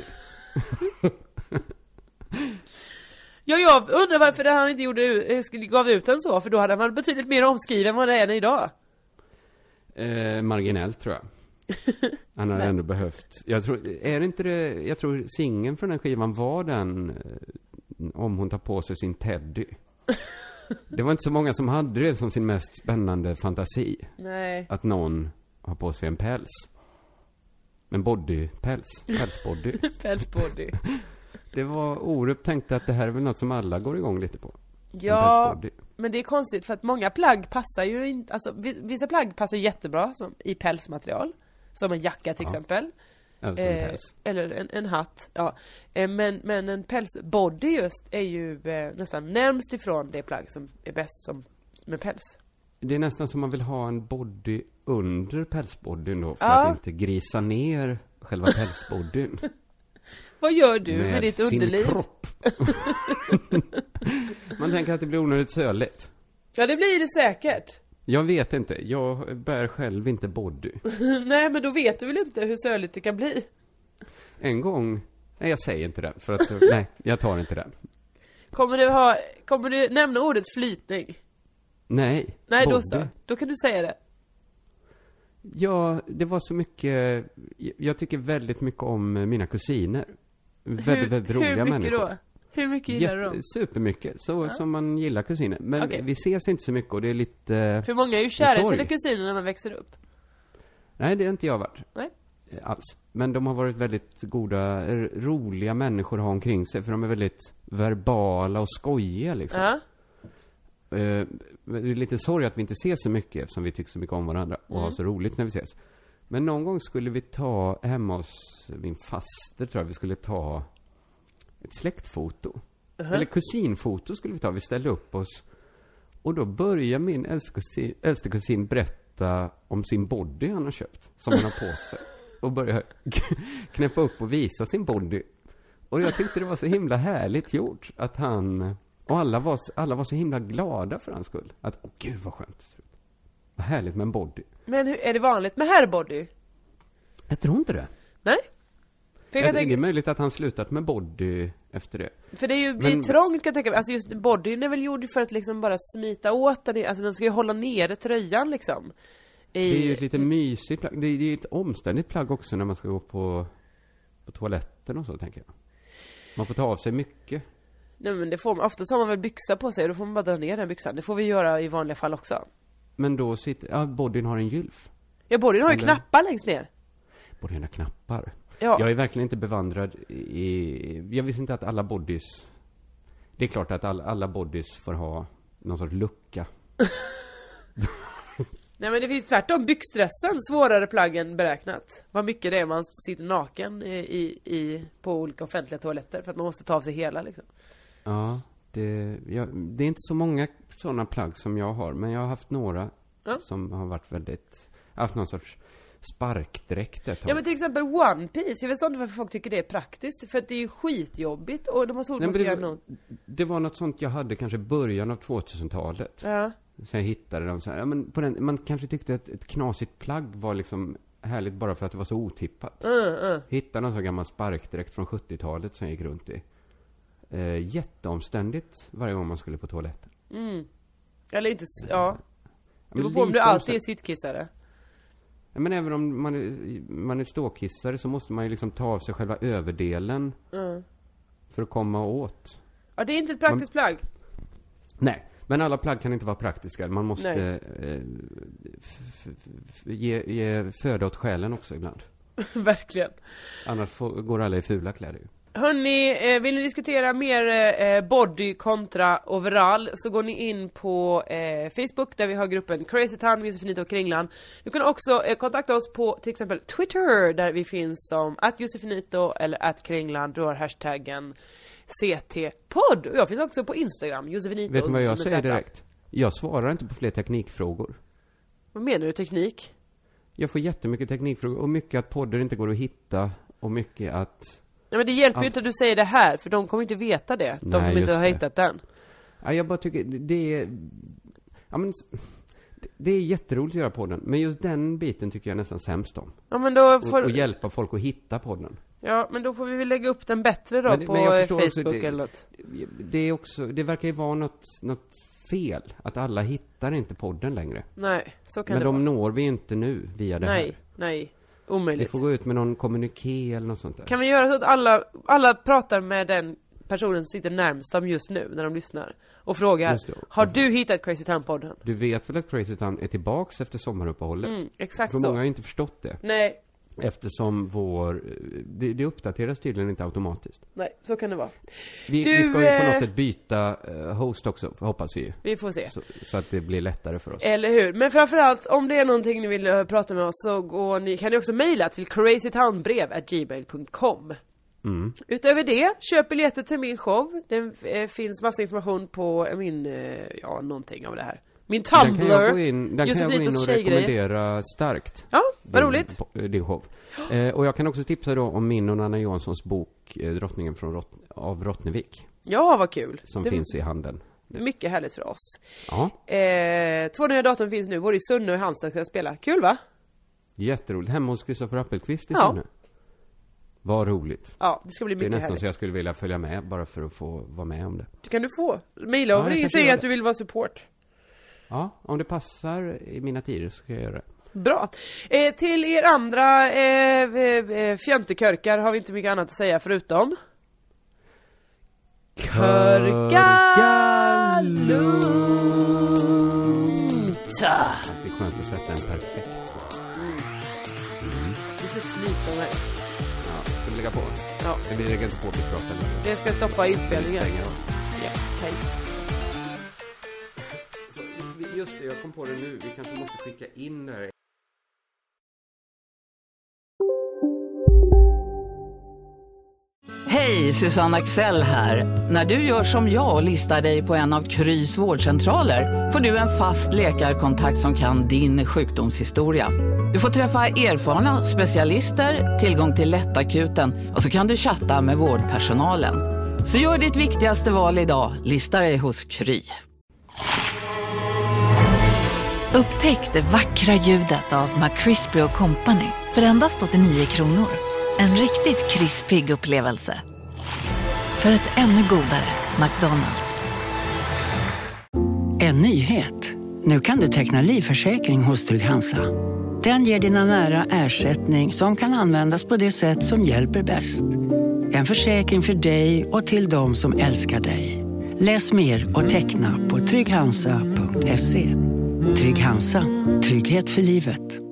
Jag undrar varför han inte gav ut den så. För då hade man betydligt mer omskriven än vad det är idag. Marginellt tror jag. Han har ändå behövt. Jag tror singeln från den skivan var den om hon tar på sig sin Teddy. Det var inte så många som hade det som sin mest spännande fantasi. Nej. Att någon har på sig en päls. En pälsbody. Pälsbody. Det var Orup tänkte att det här är väl något som alla går igång lite på. Ja, men det är konstigt för att många plagg passar ju inte, alltså vissa plagg passar jättebra som i pälsmaterial, som en jacka till exempel. Eller en hatt. Ja. Men en pälsbody just är ju nästan närmast ifrån det plagg som är bäst som med päls. Det är nästan som man vill ha en body under pälsbodyn då, för att inte grisa ner själva pälsbodyn. Vad gör du med ditt underliv? Kropp. Man tänker att det blir onödigt söligt. Ja, det blir det säkert. Jag vet inte. Jag bär själv inte body. Nej, men då vet du väl inte hur söligt det kan bli. En gång... Nej, jag säger inte det. För att... nej, jag tar inte det. Kommer du nämna ordets flytning? Nej, då så. Då kan du säga det. Ja, det var så mycket... Jag tycker väldigt mycket om mina kusiner. Väldigt roliga människor. Hur mycket då? Hur mycket gillar du dem? Supermycket, som man gillar kusiner. Men vi ses inte så mycket och det är lite... För många är ju kära i sina kusiner när man växer upp. Nej, det har inte jag varit. Nej. Alls. Men de har varit väldigt goda, roliga människor att ha omkring sig. För de är väldigt verbala och skojiga liksom. Ja. Det är lite sorg att vi inte ses så mycket eftersom vi tycker så mycket om varandra och har så roligt när vi ses. Men någon gång skulle vi ta hemma hos min faster, tror jag, vi skulle ta ett släktfoto. Eller kusinfoto skulle vi ta. Vi ställde upp oss och då börjar min äldste kusin berätta om sin body han har köpt, som han har på sig. Och börjar knäppa upp och visa sin body. Och jag tyckte det var så himla härligt gjort att han... Och alla var så himla glada för hans skull. Att, gud vad skönt. Vad härligt med en body. Men är det vanligt med herrbody? Jag tror inte det. Nej? Det är möjligt att han slutat med body efter det. För det är ju blir trångt, kan jag tänka mig. Alltså just bodyn är väl gjord för att liksom bara smita åt den. Alltså den ska ju hålla nere tröjan liksom. Det är ju ett lite mysigt plagg. Det är ju ett omständigt plagg också när man ska gå på toaletten och så, tänker jag. Man får ta av sig mycket. Nej, men det får man, oftast har man väl byxa på sig och då får man bara dra ner den byxan. Det får vi göra i vanliga fall också. Men då bodyn har en gylf. Ja, bodyn har ju knappar längst ner. Bodyn har knappar. Ja. Jag är verkligen inte bevandrad i... Jag visste inte att alla bodys... Det är klart att alla bodys får ha någon sorts lucka. Nej, men det finns tvärtom byxdressen svårare plaggen beräknat. Vad mycket det är man sitter naken på olika offentliga toaletter för att man måste ta av sig hela liksom. Ja, det är inte så många sådana plagg som jag har, men jag har haft några som har varit väldigt... Jag har haft någon sorts sparkdräkt ett tag. Ja, men till exempel One Piece. Jag vet inte varför folk tycker det är praktiskt. För att det är ju skitjobbigt. Och de har så det var något sånt jag hade kanske i början av 2000-talet. Ja. Sen jag hittade dem så här. Ja, men man kanske tyckte att ett knasigt plagg var liksom härligt bara för att det var så otippat. Hittade någon så gammal sparkdräkt från 70-talet som jag gick runt i. Jätteomständigt varje gång man skulle på toaletten. Eller inte, ja. Det var på om du alltid är sittkissare. Ja, men även om man är ståkissare så måste man ju liksom ta av sig själva överdelen för att komma åt. Ja, det är inte ett praktiskt plagg. Nej, men alla plagg kan inte vara praktiska. Man måste ge föda åt själen också ibland. Verkligen. Annars går alla i fula kläder. Hörrni, vill ni diskutera mer body kontra overall så går ni in på Facebook där vi har gruppen Crazy Town, Josefinito och Kringland. Du kan också kontakta oss på till exempel Twitter där vi finns som @Josefinito eller @Kringland. Du har hashtaggen CT-podd. Och jag finns också på Instagram, Josefinito. Vet du vad jag säger direkt? Jag svarar inte på fler teknikfrågor. Vad menar du, teknik? Jag får jättemycket teknikfrågor och mycket att podden inte går att hitta och mycket att... Nej, men det hjälper ju inte att du säger det här, för de kommer inte veta det. De som inte har hittat den. Ja, jag bara tycker det är... Ja, men det är jätteroligt att göra podden. Men just den biten tycker jag nästan sämst om. Ja, men då får... och hjälpa folk att hitta podden. Ja, men då får vi väl lägga upp den bättre då på Facebook eller något. Det är också... Det verkar ju vara något fel. Att alla hittar inte podden längre. Nej, så kan men det vara. Men de når vi inte nu via det här. Nej. Omöjligt. Vi får gå ut med någon kommuniké eller något sånt där. Kan vi göra så att alla pratar med den personen som sitter närmast dem just nu när de lyssnar och frågar, har du hittat Crazy Town-podden? Du vet väl att Crazy Town är tillbaks efter sommaruppehållet? Exakt för så. Många har inte förstått det. Nej. Eftersom det uppdateras tydligen inte automatiskt. Nej, så kan det vara. Vi ska ju på något sätt byta host också, hoppas vi. Vi får se. Så att det blir lättare för oss. Eller hur? Men framförallt, om det är någonting ni vill prata med oss så kan ni också mejla till crazytownbrev@gmail.com. Utöver det, köp biljetter till min show. Det finns massa information på min, någonting av det här. Min Tumblr. Den kan jag gå in och rekommendera starkt. Ja, vad roligt. Din show. Och jag kan också tipsa då om min och Nanna Johanssons bok Drottningen av Rottnevik. Ja, vad kul. Som finns i handeln. Mycket härligt för oss. Ja. 2 nya datum finns nu, både i Sunne och i Halmstad ska jag spela. Kul, va? Jätteroligt. Hemma hos Kristoffer Appelqvist i Sunne. Vad roligt. Ja, det ska bli mycket härligt. Det är nästan så jag skulle vilja följa med bara för att få vara med om det. Det kan du få. Mejla och säga att du vill vara support. Ja, om det passar i mina tider så ska jag göra det. Bra. Till er andra fjantekörkar har vi inte mycket annat att säga förutom körka lugnt. Det är skönt att sätta en perfekt så. Du ska slita mig. Ja, ska vi lägga på? Ja. Det blir inte på bestraffen. Det ska stoppa inspelningen. Ja, okej. Just det, jag kom på det nu. Vi kanske måste skicka in det här. Hej, Susanne Axel här. När du gör som jag och listar dig på en av Krys vårdcentraler får du en fast läkarkontakt som kan din sjukdomshistoria. Du får träffa erfarna specialister, tillgång till lättakuten och så kan du chatta med vårdpersonalen. Så gör ditt viktigaste val idag, lista dig hos Kry. Upptäck det vackra ljudet av McCrispy & Company för endast 89 kronor. En riktigt krispig upplevelse. För ett ännu godare McDonald's. En nyhet. Nu kan du teckna livförsäkring hos Trygg-Hansa. Den ger dina nära ersättning som kan användas på det sätt som hjälper bäst. En försäkring för dig och till de som älskar dig. Läs mer och teckna på trygghansa.se. Trygg-Hansa. Trygghet för livet.